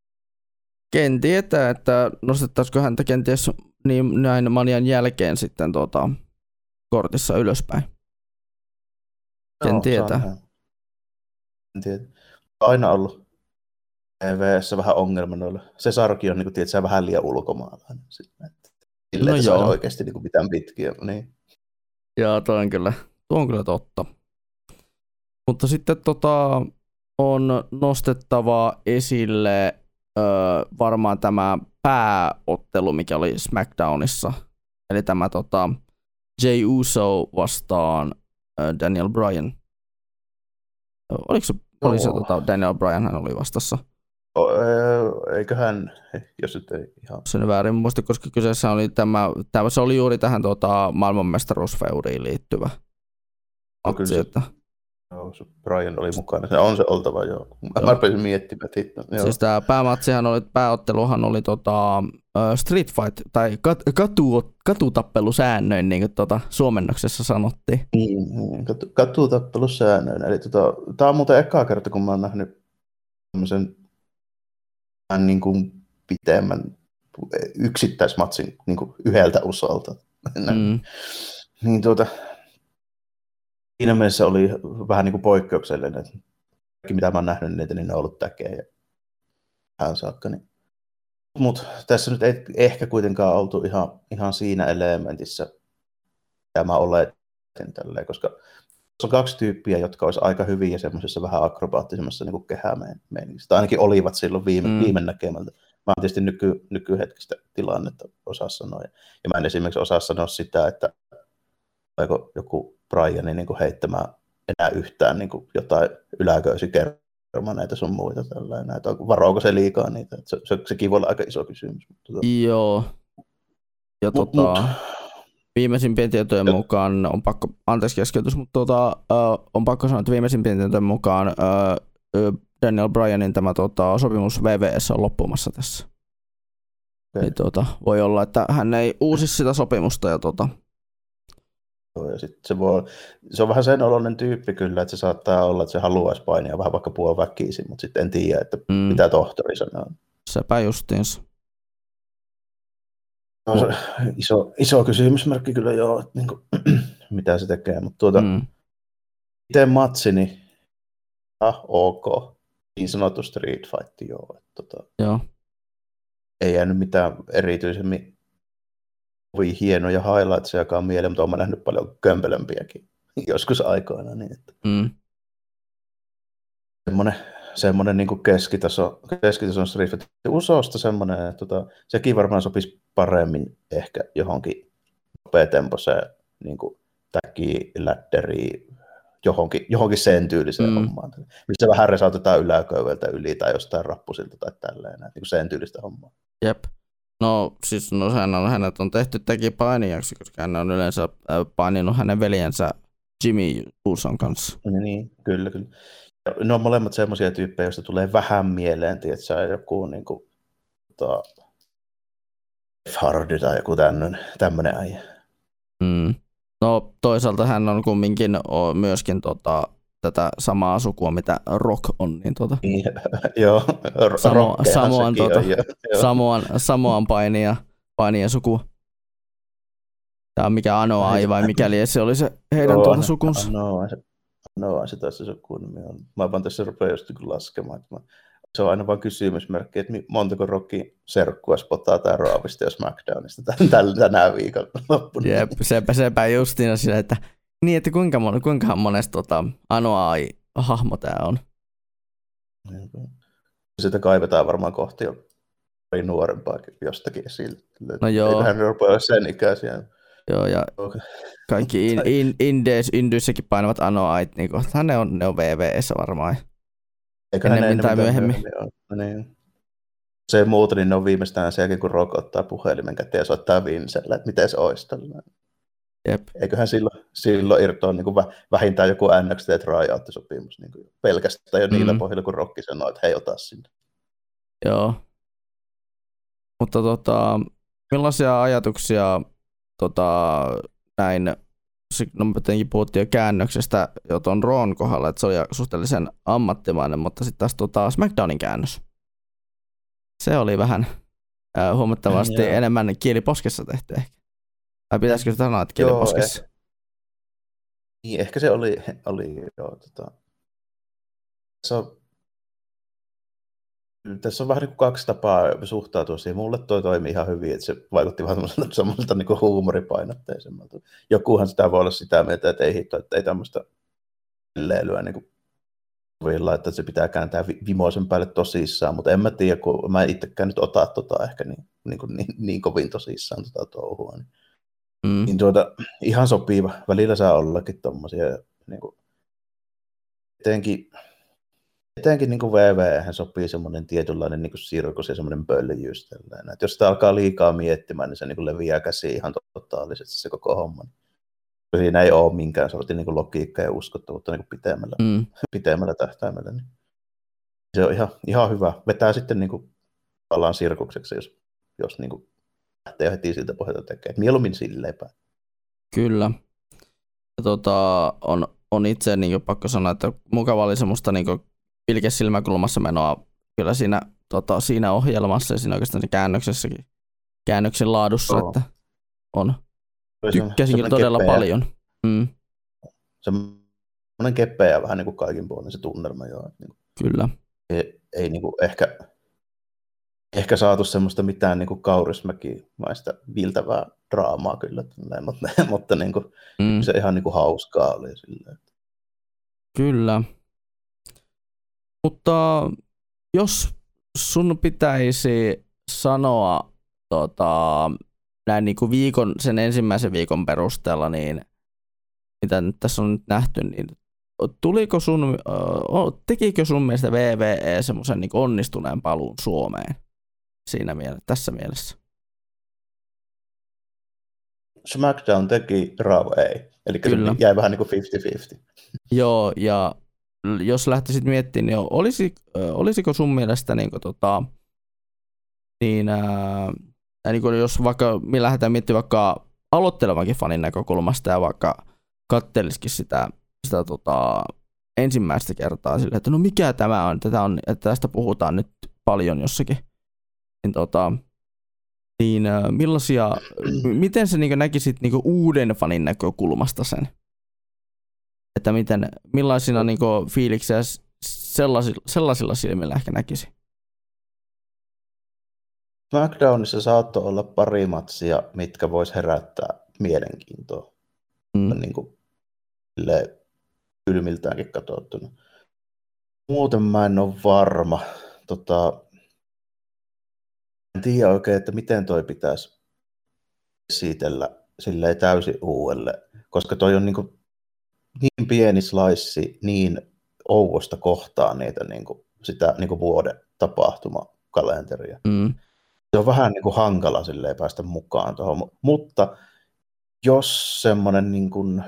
Ken tietää, että nostettaisiko häntä kenties niin näin manian jälkeen sitten tuota, kortissa ylöspäin. Ken no, tietää. En tiedä. Aina ollut T V:ssä vähän ongelma noilla. Cesarokin on niin kuin, tiedät, vähän liian ulkomaalainen. Silleen, no että joo. Oikeasti niin kuin mitään pitkiä. Niin. Joo, tuo on kyllä, tuo on kyllä totta. Mutta sitten tota, on nostettava esille öö, varmaan tämä pääottelu, mikä oli SmackDownissa. Eli tämä tota, Jey Uso vastaan öö, Daniel Bryan. Oliko se, oli se tota, Daniel Bryan, hän oli vastassa? O, eiköhän, jos nyt ei ihan... Se on väärin muista, koska kyseessä oli tämä, tämä se oli juuri tähän tota, maailmanmestaruusfeuriin liittyvä matsi, no, että... Joo, se Bryan oli mukana. Se on se oltava, joo. Mä rupesin miettimään. Että, siis tämä päämatsihan oli, pääotteluhan oli tota, uh, street fight, tai kat, katu, katutappelusäännöin, niin kuin tota, suomennoksessa sanottiin. Niin, katu, katutappelusäännöin. Eli tota, tämä on muuten eka kerta, kun mä oon nähnyt tämmöisen niin kuin pitemmän yksittäismatsin niin kuin yhdeltä osalta. Mm. Niin tuota... Siinä mielessä oli vähän niin kuin poikkeuksellinen, että kaikki mitä mä oon nähnyt niitä, niin ne on ollut täkeä ja tähän saakka. Niin. Mutta tässä nyt ei ehkä kuitenkaan oltu ihan, ihan siinä elementissä, mitä mä oletin tälleen, koska on kaksi tyyppiä, jotka olisi aika hyviä semmoisessa vähän akrobaattisemmassa niin kehämeiningissä. Tai ainakin olivat silloin viime, mm. viime näkemältä. Mä oon tietysti nyky, nykyhetkistä tilannetta osaa sanoa. Ja mä en esimerkiksi osaa sanoa sitä, että oliko joku Bryanin niin heittämään enää yhtään niin kuin jotain yläköysikermaneita sun muita tällainen. Näitä, varoako se liikaa niitä? Se, se, sekin voi olla aika iso kysymys. Mutta... Joo. Ja mut, tota, mut. Viimeisimpien tietojen ja. mukaan on pakko, anteeksi keskeytys, mutta tota, uh, on pakko sanoa, että viimeisimpien tietojen mukaan uh, Daniel Bryanin tämä tota, sopimus V V S on loppumassa tässä. Okay. Eli, tota, voi olla, että hän ei uusi sitä sopimusta ja tota, ja sit se, voi, se on vähän sen oloinen tyyppi kyllä, että se saattaa olla, että se haluaisi painia vähän vaikka puoliväkisin, mutta sitten en tiedä, että mm. mitä tohtori sanoo. Sepä justiinsa. No, se iso, iso kysymysmerkki kyllä joo, että niin kuin, mitä se tekee, mutta tuota, mm. itse matsi, niin ah, ok, niin sanottu street fight, joo. Että, tota, joo. Ei jäänyt mitään erityisemmin kovin hienoja highlightsejakaan mieleen, mutta olen nähnyt paljon kömpelömpiäkin joskus aikoina. Niin että. Mm. Semmoinen semmoinen niin keskitaso, keskitason Street Fighter. Usosta semmoinen, että tota, sekin varmaan sopisi paremmin ehkä johonkin nopeatempoiseen niin täki, lädderi, johonkin, johonkin sen tyyliseen mm. hommaan. Missä vähän resautetaan yläköyveltä yli tai jostain rappusilta tai tälleen, niin kuin sen tyylistä hommaa. Jep. No siis no, hän on, hänet on tehty teki painijaksi, koska hän on yleensä paininut hänen veljensä Jimmy Uson kanssa. Niin, kyllä, kyllä. Ne on molemmat semmoisia tyyppejä, joista tulee vähän mieleen, että joku niin kuin, tota, Hardy tai joku tämmöinen äijä. Mm. No toisaalta hän on kumminkin on myöskin tota, tätä samaa sukua, mitä Rock on. Niin tota, joo, Samo, Samoan, tota, on, Samoan, Samoan painija, painija suku. Tämä on mikä Anoa vai mikäli se oli se heidän tuota sukunsa. Anoa, Anoa se taas se sukun nimi on. Mä vaan tässä rupean just laskemaan. Se on aina vaan kysymysmerkki, että montako Rockin serkkua spottaa tää Raavista ja SmackDownista tänään viikon loppuna. Jep, sepä, sepä justiin sillä, että niin, että kuinka, mon, kuinka monesta tota, Anoa-hahmo tää on. Sitä kaivetaan varmaan kohti jo pari nuorempaa jostakin esille. No joo. Eiköhän ne rupea sen ikäisiä. Joo, ja okay. Kaikki in, in, indeis, Indyissäkin painavat Anoait, niin kohtahan ne on, ne on V V E:ssä varmaan. Eiköhän ennemmin tai myöhemmin. Niin. Se ei muuta, niin ne on viimeistään sen jälkeen, kun Rock ottaa puhelimen käteen ja soittaa Vincelle, että miten se olisi tällainen. Jep. Eiköhän silloin, silloin irtoa niin kuin vähintään joku N X T tryout-sopimus niin kuin pelkästään jo niillä mm. pohjilla, kun Rock sanoo, että hei, ota sinne. Joo. Mutta tota, millaisia ajatuksia tota, näin, no tietenkin puhuttiin jo käännöksestä jo tuon Rawn kohdalla, että se oli suhteellisen ammattimainen, mutta sitten taas tota SmackDownin käännös. Se oli vähän äh, huomattavasti Joo. enemmän kieliposkessa tehty ehkä. Tai pitäisikö sitä sanoa, että kieliposkessa? Joo, eh, niin, ehkä se oli, oli joo, tota, se on, tässä on vähän niin kuin kaksi tapaa suhtautua siihen. Mulle toi toimi ihan hyvin, että se vaikutti vähän semmoiselta niin kuin huumoripainotteisemmalta. Jokuhan sitä voi olla sitä mieltä, että ei hitto, että ei tämmöistä leilyä niin kuin kuvilla, että se pitää kääntää vimoisen päälle tosissaan, mutta en mä tiedä, kun mä itsekään nyt ota tota ehkä niin, niin, kuin niin, niin kovin tosissaan tota touhua. Niin, mm. niin tuota, ihan sopiva. Välillä saa ollakin tommosia, niin kuin, etenkin Etenkin niin kuin V V-hän sopii semmoinen tietynlainen niin kuin sirkus ja semmoinen pöljyys. Että jos sitä alkaa liikaa miettimään, niin se niin kuin leviää käsiin ihan totaalisesti se koko homma. Siinä ei ole minkään sortin niin kuin logiikkaa ja uskottavuutta niin kuin pitemmällä, mm. pitemmällä tähtäimellä. Niin se on ihan, ihan hyvä. Vetää sitten niin kuin palaan sirkukseksi, jos, jos niin kuin lähtee heti siltä pohjalta tekemään. Mieluummin silleenpä. Kyllä. Ja tota, on, on itse niin kuin pakko sanoa, että mukava oli semmoista niin kuin pilkesilmäkulmassa menoa kyllä siinä, tota, siinä ohjelmassa ja siinä oikeastaan se käännöksessäkin, käännöksen laadussa, oh. että on. Tykkäsin kyllä todella keppeä. Paljon. Mm. Semmoinen keppeä vähän niin kuin kaikin puolin se tunnelma. Joo. Niin kuin, kyllä. Ei, ei niin kuin ehkä, ehkä saatu semmoista mitään niin kuin kaurismäkimaista viiltävää draamaa kyllä, mutta, mutta niin kuin, mm. se ihan niin kuin hauskaa oli. Silleen. Kyllä. Mutta jos sun pitäisi sanoa tota, näin niin kuin viikon, sen ensimmäisen viikon perusteella, niin mitä nyt tässä on nyt nähty, niin tuliko sun, tekikö sun mielestä V V E semmoisen niin kuin onnistuneen paluun Suomeen siinä mielessä, tässä mielessä? SmackDown teki, Raw ei. Eli Kyllä. jäi vähän niin kuin viisikymmentä viisikymmentä. Joo, ja jos lähtisit miettimään, niin olisi, olisiko sun mielestä niin kuin, tota, niin, ää, niin kuin jos vaikka me lähdetään miettimään vaikka aloittelevankin fanin näkökulmasta ja vaikka kattelisikin sitä, sitä tota, ensimmäistä kertaa silleen, että no mikä tämä on, tätä on, että tästä puhutaan nyt paljon jossakin, niin, tota, niin ää, millaisia, miten sä niin näkisit niin uuden fanin näkökulmasta sen? Että miten, millaisina niin kuin, fiiliksiä sellaisilla, sellaisilla silmillä ehkä näkisi? SmackDownissa saattoi olla pari matsia, mitkä vois herättää mielenkiintoa. Mm. Niin kuin kylmiltäänkin katsottuna. Muuten mä en ole varma. Tota, en tiedä oikein, että miten toi pitäisi esitellä silleen täysin uudelle, koska toi on niin, kuin, niin pieni slice, niin ouvosta kohtaa niitä niin kuin, sitä niin kuin vuoden tapahtumakalenteria. Mm. Se on vähän niin kuin hankala silleen päästä mukaan tuohon, mutta jos semmoinen niin kuin,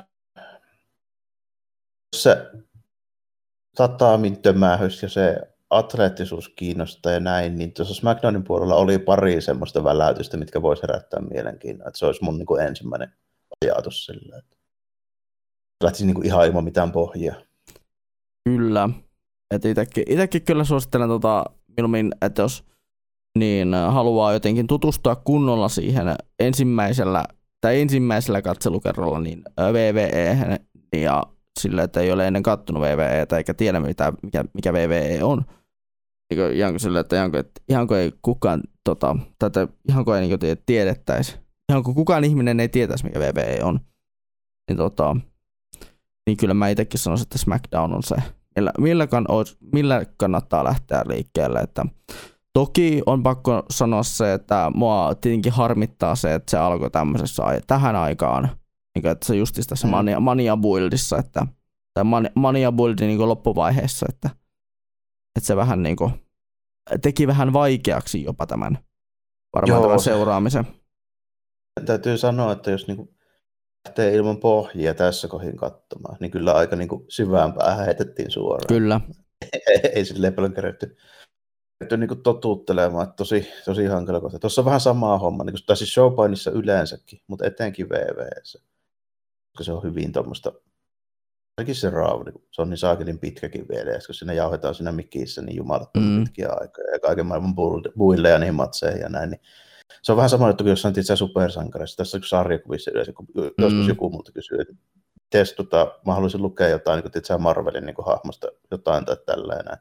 se tataamin tömähys ja se atleettisuus kiinnostaa ja näin, niin tuossa SmackDownin puolella oli pari semmoista väläytystä, mitkä voisi herättää mielenkiinnoa. Että se olisi mun niin kuin ensimmäinen ajatus sillä, että lähtisi niin kuin ihan ilman mitään pohjia. Kyllä. Että itekin, itekin kyllä suosittelen tota, milloin, että jos niin haluaa jotenkin tutustua kunnolla siihen ensimmäisellä tai ensimmäisellä katselukerralla niin V V E ja sillä, että ei ole ennen kattonut V V E:tä eikä tiedä mitä, mikä, mikä V V E on. Ihan sillä, että ihan, ihan kuin ei kukaan, tota, tätä, ihan kuin ei niin tiedettäisi, ihan kuin kukaan ihminen ei tietäisi mikä V V E on, niin, tota, niin kyllä mä itsekin sanoisin, että SmackDown on se, millä, millä, kann, millä kannattaa lähteä liikkeelle, että toki on pakko sanoa se, että mua tietenkin harmittaa se, että se alkoi tämmöisessä tähän aikaan, niin että se justis tässä mm. mania, mania buildissa, että, tai mania, mania buildin niin loppuvaiheessa, että, että se vähän niin kuin, teki vähän vaikeaksi jopa tämän, varmaan Joo, tämän seuraamisen. Täytyy sanoa, että jos niin kuin lähtee ilman pohjia tässä kohin katsomaan, niin kyllä aika niin kuin syvään päähän heitettiin suoraan. Kyllä. Ei silleen paljon kerätty. Niin kuin totuuttelemaan, että tosi, tosi hankala kohta. Tuossa on vähän samaa homma, niin kuin, tai siis showpainissa yleensäkin, mutta etenkin V V E:ssä, koska se on hyvin tuommoista, ainakin se Raw, niin se on niin saakelin pitkäkin vielä, kun siinä jauhetaan siinä mikissä niin jumalattoman mm. pitkiä aikoja ja kaiken maailman buille ja niihin matseihin ja näin, niin se on vähän sama juttu kuin jossain tietysti supersankarissa, tässä on sarjakuvissa yleensä, kun mm. joskus joku multa kysyy, että miten tota, mä haluaisin lukea jotain, niin kuin Marvelin niin kuin hahmosta jotain tai tällainen.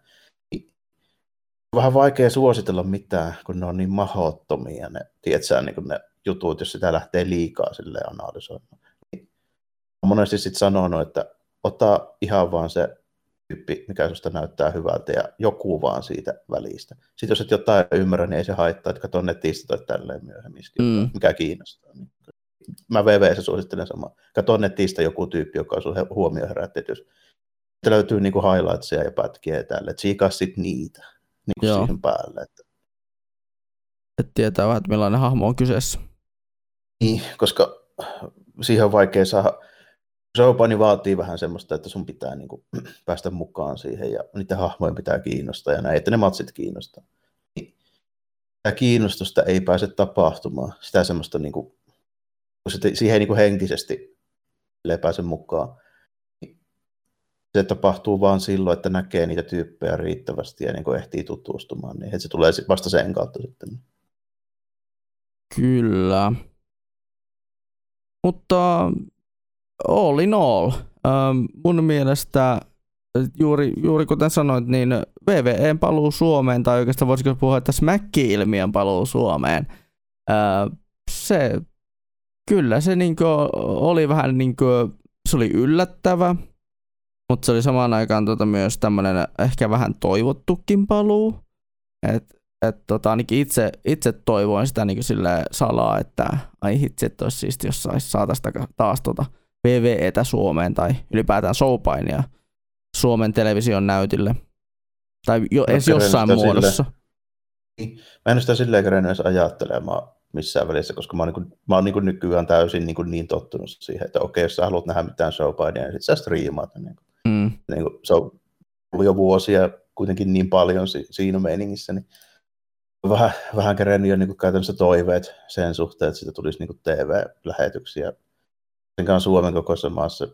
Vähän vaikea suositella mitään, kun ne on niin mahdottomia ne, tiedätkö, niin kuin ne jutut, jos sitä lähtee liikaa silleen analysoimaan. Niin, olen monesti sitten sanonut, että ota ihan vaan se tyyppi, mikä susta näyttää hyvältä ja joku vaan siitä välistä. Sitten jos et jotain ymmärrä, niin ei se haittaa, että katso netistä tai tälleen myöhemmin, mm. mikä kiinnostaa. Mä V V:ssä suosittelen samaa. Katso netistä joku tyyppi, joka on sun huomioon herätti, että jos löytyy niinku highlightsia ja pätkiä ja tälle, että siikaa sit niitä. Niin siihen päälle. Että et tietää vähän, että millainen hahmo on kyseessä. Niin, koska siihen on vaikea saada. Showpaini vaatii vähän semmoista, että sun pitää niin kuin päästä mukaan siihen ja niiden hahmojen pitää kiinnostaa ja näin, että ne matsit kiinnostaa. Niin, tämä kiinnostusta ei pääse tapahtumaan. Sitä semmoista, niin kuin, kun siihen ei niin kuin henkisesti pääse mukaan. Se tapahtuu vaan silloin, että näkee niitä tyyppejä riittävästi ja niin kuin ehtii tutustumaan, niin se tulee vasta sen kautta sitten. Kyllä. Mutta all in all, ähm, mun mielestä juuri, juuri kuten sanoit, niin V V E:n paluu Suomeen, tai oikeastaan voisiko puhua, että Smack-ilmiön paluu Suomeen, äh, se kyllä se niin kuin oli vähän niin kuin, se oli yllättävä. Mutta se oli samaan aikaan tota myös tämmöinen ehkä vähän toivottukin paluu. Että et tota, ainakin itse, itse toivoin sitä niin silleen salaa, että ai hitsi, että olisi siisti, jos saataisiin taas tota V V E:tä Suomeen tai ylipäätään showpainia Suomen television näytille. Tai jo, edes jossain muodossa. Silleen, mä en ole sitä silleen kerennyt edes ajattelemaan missään välissä, koska mä oon, niin kuin, mä oon niin kuin nykyään täysin niin, kuin niin tottunut siihen, että okei, jos sä haluat nähdä mitään showpainia, niin sit sä striimaat. Niin kuin. Mm. Niin kuin, se on ollut jo vuosia kuitenkin niin paljon si- siinä meiningissä, niin vähän, vähän kerennyt jo niin kuin käytännössä toiveet sen suhteen, että siitä tulisi niin kuin T V-lähetyksiä. Senkaan Suomen kokoisessa maassa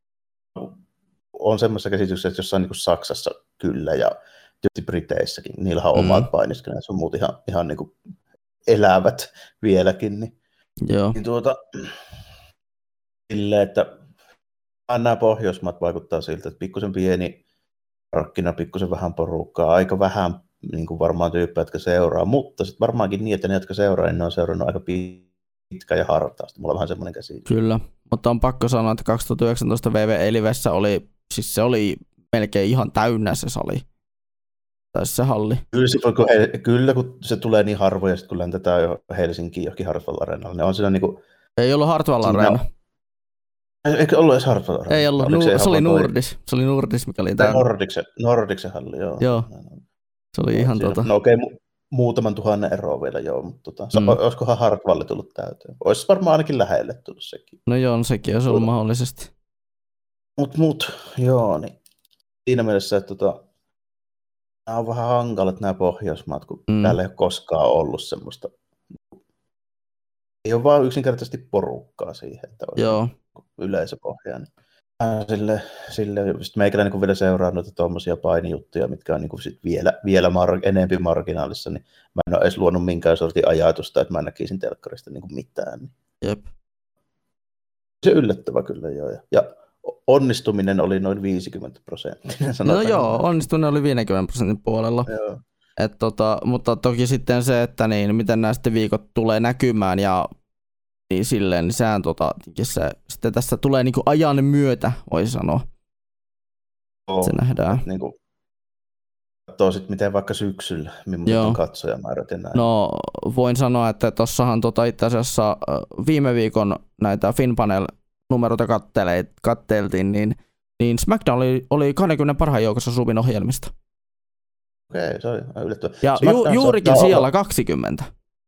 on semmoisessa käsityksessä, että jossain niin kuin Saksassa kyllä ja tietysti Briteissäkin, niillähän on mm. omat painiskeneet, se on muut ihan, ihan niin kuin elävät vieläkin. Niin, Joo. niin tuota, silleen, että nämä Pohjoismaat vaikuttaa siltä, että pikkusen pieni markkina, pikkusen vähän porukkaa, aika vähän niin kuin varmaan tyyppejä, jotka seuraa, mutta sitten varmaankin niin, että ne, jotka seuraa, niin ne on seurannut aika pitkä ja hartaasti. Mulla on vähän semmoinen käsitys. Kyllä, mutta on pakko sanoa, että kaksituhattayhdeksäntoista V V E-livessä oli, siis se oli melkein ihan täynnä se sali. tai se halli. Kyllä, se, kun he, kyllä kun se tulee niin harvoin, ja sitten kun läntetään jo Helsinkiin johonkin Hartwall Areenalle, niin on siinä niin kuin... Ei ollut Hartwall Areena. Eikö ollut edes Hartwall Areena? Ei ollut, nu, se, se oli Nordis. Se oli Nordis, mikä oli tämä. Nordiksen, Nordiksen halli, joo. Joo, se oli no, ihan siinä, tota... No okei, okay, mu- muutaman tuhannen eroa vielä, joo, mutta tota, mm. olisikohan Hartwall tullut täyteen? Olisi varmaan ainakin lähelle tullut sekin. No joo, sekin olisi ollut mahdollisesti. Mut, mut, joo, niin siinä mielessä, että tota, nämä on vähän hankalat nämä Pohjoismaat, kun mm. täällä ei ole koskaan ollut semmoista, ei ole vaan yksinkertaisesti porukkaa siihen, että on yleisöpohjaa. Niin. Sille, sille sit meikällä niin vielä seuraa noita tuommoisia painijuttuja, mitkä on niin sit vielä, vielä mar- enempi marginaalissa, niin mä en ole edes luonut minkään sortin ajatusta, että mä näkisin telkkarista niin mitään. Jep. Se yllättävä kyllä joo. Ja onnistuminen oli noin viisikymmentä prosenttia. No joo, onnistuminen oli viisikymmentä prosentin puolella. Joo. Et tota, mutta toki sitten se, että niin, miten nämä sitten viikot tulee näkymään ja niin silleen, niin sehän tota, se, sitten tässä tulee niinku ajan myötä, voisi sanoa. Joo, se nähdään. Niin kuin, katsoo sitten miten vaikka syksyllä, millainen katsojamäärät ja näin. No voin sanoa, että tossahan tota itse asiassa viime viikon näitä Finpanel-numeroita katteltiin, niin, niin SmackDown oli, oli kaksikymmentä parhaan joukossa Subin ohjelmista. Okei, se oli yllättävää. Ja ju, juurikin siellä olla... kaksikymmentä.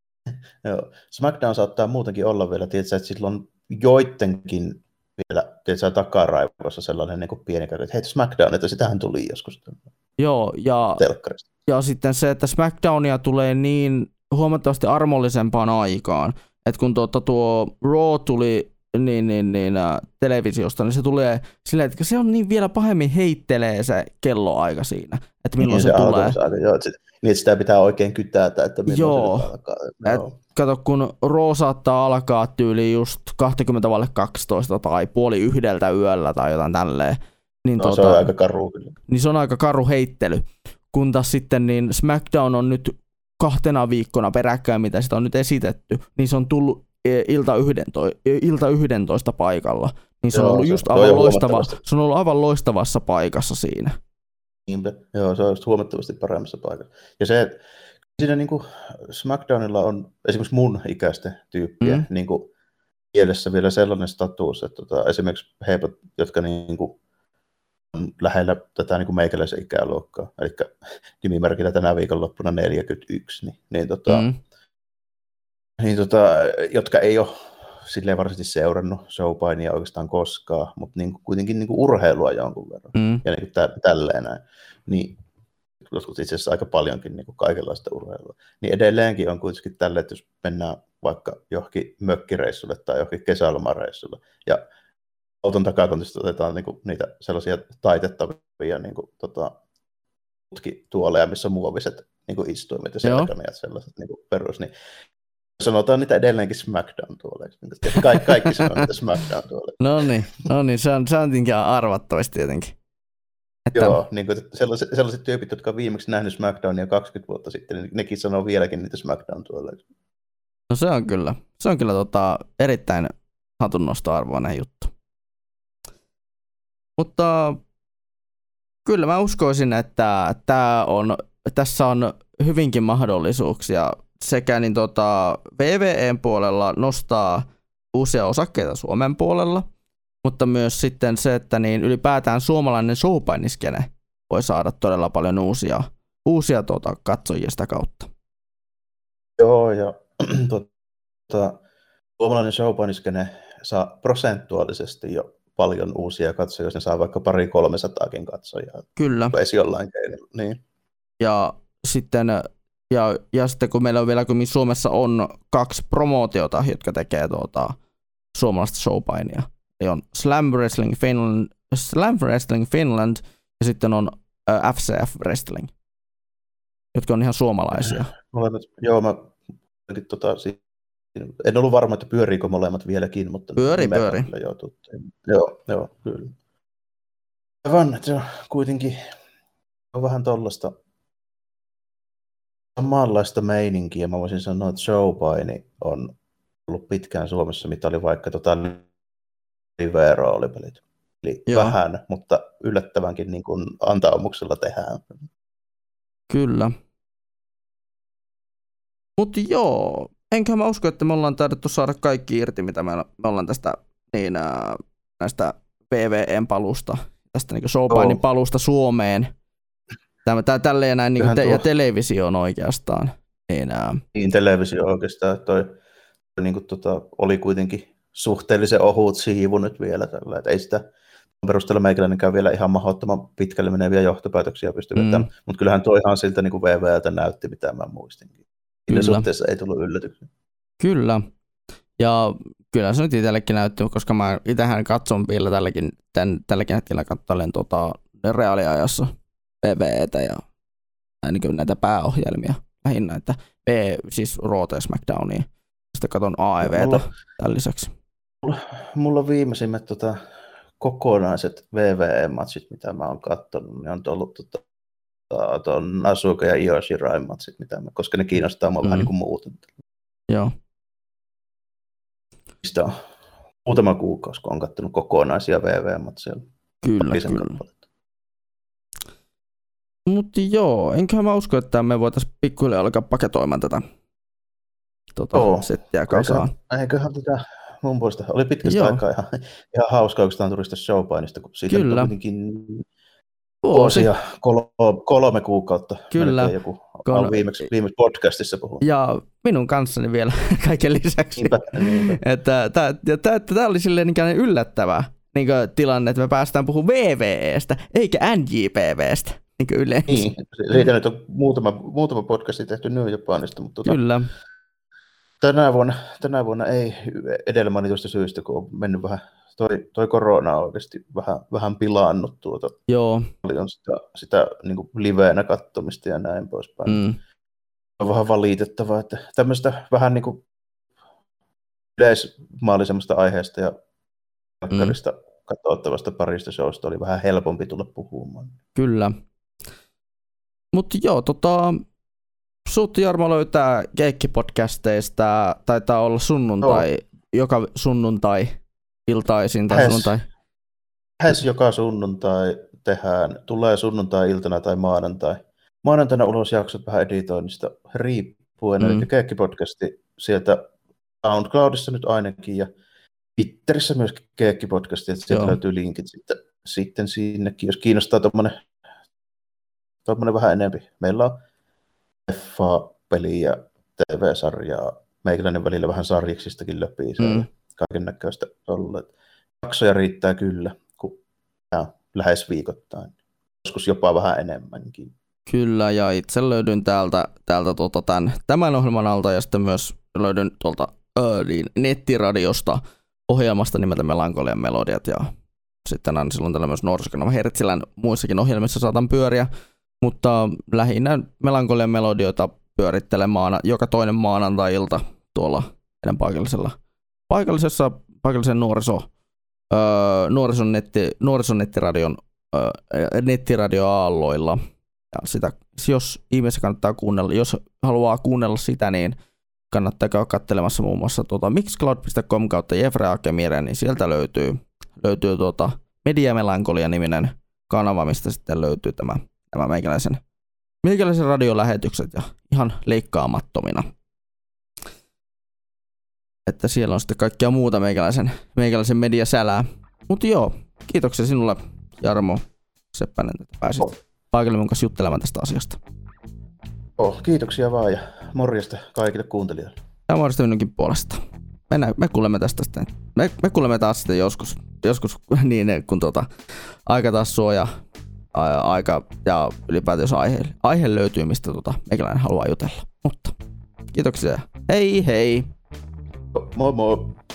Joo. SmackDown saattaa muutenkin olla vielä, tietysti, että sillä on joidenkin vielä tietysti, takaraivossa sellainen niin kuin pieni käy, että hei SmackDown, että sitähän tuli joskus. Joo, ja, ja sitten se, että SmackDownia tulee niin huomattavasti armollisempaan aikaan, että kun tuota, tuo Raw tuli niin, niin, niin, äh, televisiosta, niin se tulee silleen, että se on niin vielä pahemmin heittelee se kelloaika siinä, että milloin niin, se, se tulee. Joo, että niin, että sitä pitää oikein kytätä, että milloin joo. se alkaa. Et, kato, kun Raw saattaa alkaa tyyliin just kaksikymmentä vaille kaksitoista tai puoli yhdeltä yöllä tai jotain tälleen. Niin, no, tuota, se on aika karu kyllä. Niin se on aika karu heittely. Kun taas sitten niin SmackDown on nyt kahtena viikkona peräkkäin, mitä sitä on nyt esitetty, niin se on tullut ilta, yhdentoista, ilta yhdentoista paikalla. Niin se, joo, on ollut se, just aivan loistava, se on ollut aivan loistavassa paikassa siinä. Niinpä. Joo, se on just huomattavasti paremmassa paikassa. Ja se, siinä niin kuin SmackDownilla on esimerkiksi mun ikäisten tyyppiä mm. niin kuin mielessä vielä sellainen status, että tota, esimerkiksi he, jotka niin kuin on lähellä tätä niin kuin meikäläisen ikäluokkaa, eli nimimerkillä tänä viikonloppuna neljäkymmentäyksi, niin, niin, tota, mm. niin tota, jotka ei ole silleen varsinaisesti seurannut showpainia oikeastaan koskaan, mutta niin, kuitenkin niin kuin urheilua jonkun verran, mm. ja niin kuin tä, tälleen näin, niin joskus itse asiassa aika paljonkin niin kuin kaikenlaista urheilua, niin edelleenkin on kuitenkin tälleen, että jos mennään vaikka johonkin mökkireissulle tai johonkin kesälomareissulle, ja auton takakontista otetaan niin kuin niitä sellaisia taitettavia niin kuin, tota, tuoleja, missä on muoviset niin kuin istuimet ja selkämät sellaiset niin kuin perus, niin sanotaan niitä edelleenkin SmackDown-tuoleiksi. Kaikki, kaikki sanoo niitä SmackDown-tuoleiksi. No niin, no niin, se on, se on tietenkin arvattavasti tietenkin. Että... Joo, niin kuin sellaiset, sellaiset tyypit, jotka on viimeksi nähnyt SmackDownia kaksikymmentä vuotta sitten, niin nekin sanoo vieläkin niitä SmackDown-tuoleiksi. No se on kyllä, se on kyllä tota, erittäin hatunnostoarvoinen juttu. Mutta kyllä mä uskoisin, että tää on, tässä on hyvinkin mahdollisuuksia sekä niin tota V V E:n puolella nostaa uusia osakkeita Suomen puolella, mutta myös sitten se, että niin ylipäätään suomalainen showpainiskene voi saada todella paljon uusia, uusia tuota, katsojia sitä kautta. Joo, ja tuota, suomalainen showpainiskene saa prosentuaalisesti jo paljon uusia katsojia, jos ne saa vaikka pari kolmesataakin katsojaa. Kyllä. Edes jollain keinoilla, niin. Ja sitten, ja, ja sitten kun meillä on vielä, kun Suomessa on kaksi promootiota, jotka tekee tuota, suomalaista showpainia. Eli on Slam Wrestling Finland, Slam Wrestling Finland ja sitten on ä, F C F Wrestling, jotka on ihan suomalaisia. Molemmat, joo, mä tota, en ollut varma, että pyöriikö molemmat vieläkin, mutta pyöri, pyöri. Joo, joo, joo, kyllä. Aivan, se on kuitenkin on vähän tollaista samanlaista meininkiä. Mä voisin sanoa, että showpaini on ollut pitkään Suomessa, mitä oli vaikka tota Livero oli pelit. Eli joo. Vähän, mutta yllättävänkin niin kuin antaumuksella tehdään. Kyllä. Mutta joo, enkä mä usko, että me ollaan taidettu saada kaikki irti, mitä me, me ollaan tästä niin, ää, näistä V V N-palusta, tästä niin showpainin oh. palusta Suomeen. Tämä, tämä tälleen näin, niin te, ja televisioon oikeastaan. Niin, ää. niin televisio oikeastaan. Toi, toi niin kuin, tota, oli kuitenkin suhteellisen ohut siivu nyt vielä. Tällä. Et ei sitä perusteella meikäläinenkään vielä ihan mahdottoman pitkälle meneviä johtopäätöksiä pysty vetämään. Mm. Mutta kyllähän toi ihan siltä niin kuin V V L:tä näytti, mitä mä muistinkin. Kyllä suhteessa ei tullut yllätyksiä. Kyllä. Ja kyllä se nyt itsellekin näytti, koska mä itsehän katson vielä tälläkin, tämän, tälläkin hetkellä katselen tota, reaaliajassa V V:tä ja niin näitä pääohjelmia lähinnä, että B, siis Raw ja SmackDownia. Sitten katson A E V:tä tämän lisäksi. Mulla, mulla on viimeisimmät tota, kokonaiset V V E-matsit, mitä mä oon katsonut, niin on ollut tota, tuon Asuka ja Io Shirai matsit, mitä mä, koska ne kiinnostaa mua mm. vähän niin kuin muuten. Joo. Sitä on muutama kuukausi, kun on katsonut kokonaisia V V-matseja. Kyllä, kyllä. Mutta joo, enköhän mä usko, että me voitaisiin pikkuhiljaa alkaa paketoimaan tätä tuota, oh, settiä kasaan. Eiköhän tätä mun puolesta. Oli pitkästä joo. aikaa ihan, ihan hauskaa oikeastaan turista showpainista, kun siitä kyllä. on kuitenkin vuosia, kol- kolme kuukautta. Kyllä. Joku Kol- viimeksi, viimeksi podcastissa puhun. Ja minun kanssani vielä kaiken lisäksi. Niinpä, niinpä. Että tämä oli silleen ikään yllättävää niin tilanne, että me päästään puhumaan V V E:stä, eikä N J P V:stä. Niin yleensä. Niin, siitä nyt on muutama, muutama podcasti tehty New Japanista, mutta tuota, kyllä. Tänä vuonna, tänä vuonna ei edellä mainituista syistä, kun on mennyt vähän, toi, toi korona on oikeasti vähän, vähän pilannut tuota. Joo. Paljon sitä, sitä niin kuin liveenä katsomista ja näin poispäin. Mm. On vähän valitettavaa, että tämmöistä vähän niin kuin yleismaallisemmasta aiheesta ja kakkarista mm. katsottavasta parista showsta oli vähän helpompi tulla puhumaan. Kyllä. Mutta joo, tota, sut Jarmo löytää Keikki-podcasteista, taitaa olla sunnuntai, oh. joka sunnuntai iltaisin tai Lähes. sunnuntai. Lähes joka sunnuntai tehdään, tulee sunnuntai-iltana tai maanantai. Maanantaina ulos jaksot vähän editoinnista riippuen, mm. eli Keikki-podcasti sieltä SoundCloudissa nyt ainakin ja Twitterissä myöskin Keikki-podcasti, että sieltä joo. löytyy linkit sitten, sitten sinnekin, jos kiinnostaa tuommoinen Tuommoinen vähän enempi. Meillä on leffa, peliä, T V-sarjaa, meikäläinen välillä vähän sarjiksistakin läpi, mm. kaiken näköistä ollut. Jaksoja riittää kyllä, kun ja, lähes viikoittain. Joskus jopa vähän enemmänkin. Kyllä, ja itse löydyn täältä, täältä tuota, tämän, tämän ohjelman alta, ja sitten myös löydyn tuolta Earlyin nettiradiosta ohjelmasta nimeltä Melankolian melodiat, ja sitten aina silloin tällä myös Norsikanava Hertzilän muissakin ohjelmissa saatan pyöriä. Mutta lähinnä Melankolian melodioita pyörittelee maana, joka toinen maanantai-ilta tuolla meidän paikallisella, paikallisessa, paikallisen nuoriso, öö, nuorison, netti, nuorison nettiradion öö, nettiradioaalloilla. Ja sitä, jos ihmeessä kannattaa kuunnella, jos haluaa kuunnella sitä, niin kannattaa käydä katselemassa muun muassa tuota, mixcloud piste com kautta Jeffrey Akemire, niin sieltä löytyy, löytyy tuota Media Melankolia niminen kanava, mistä sitten löytyy tämä Nämä meikäläisen, meikäläisen radiolähetykset ja ihan leikkaamattomina. Että siellä on sitten kaikkea muuta meikäläisen, meikäläisen mediasälää. Mutta joo, kiitoksia sinulle Jarmo Seppänen, että pääsit oh. paikalle mun kanssa juttelemaan tästä asiasta. Oh, kiitoksia vaan ja morjesta kaikille kuuntelijoille. Ja morjesta minunkin puolesta. Me, me kuulemme tästä sitten. Me, me kuulemme taas sitten joskus, joskus niin, kun tuota, aika taas suojaa. aika ja ylipäätään jos aihe, aihe löytyy, mistä tota, meikäläinen haluaa jutella. Mutta kiitoksia. Hei hei! Moi moi!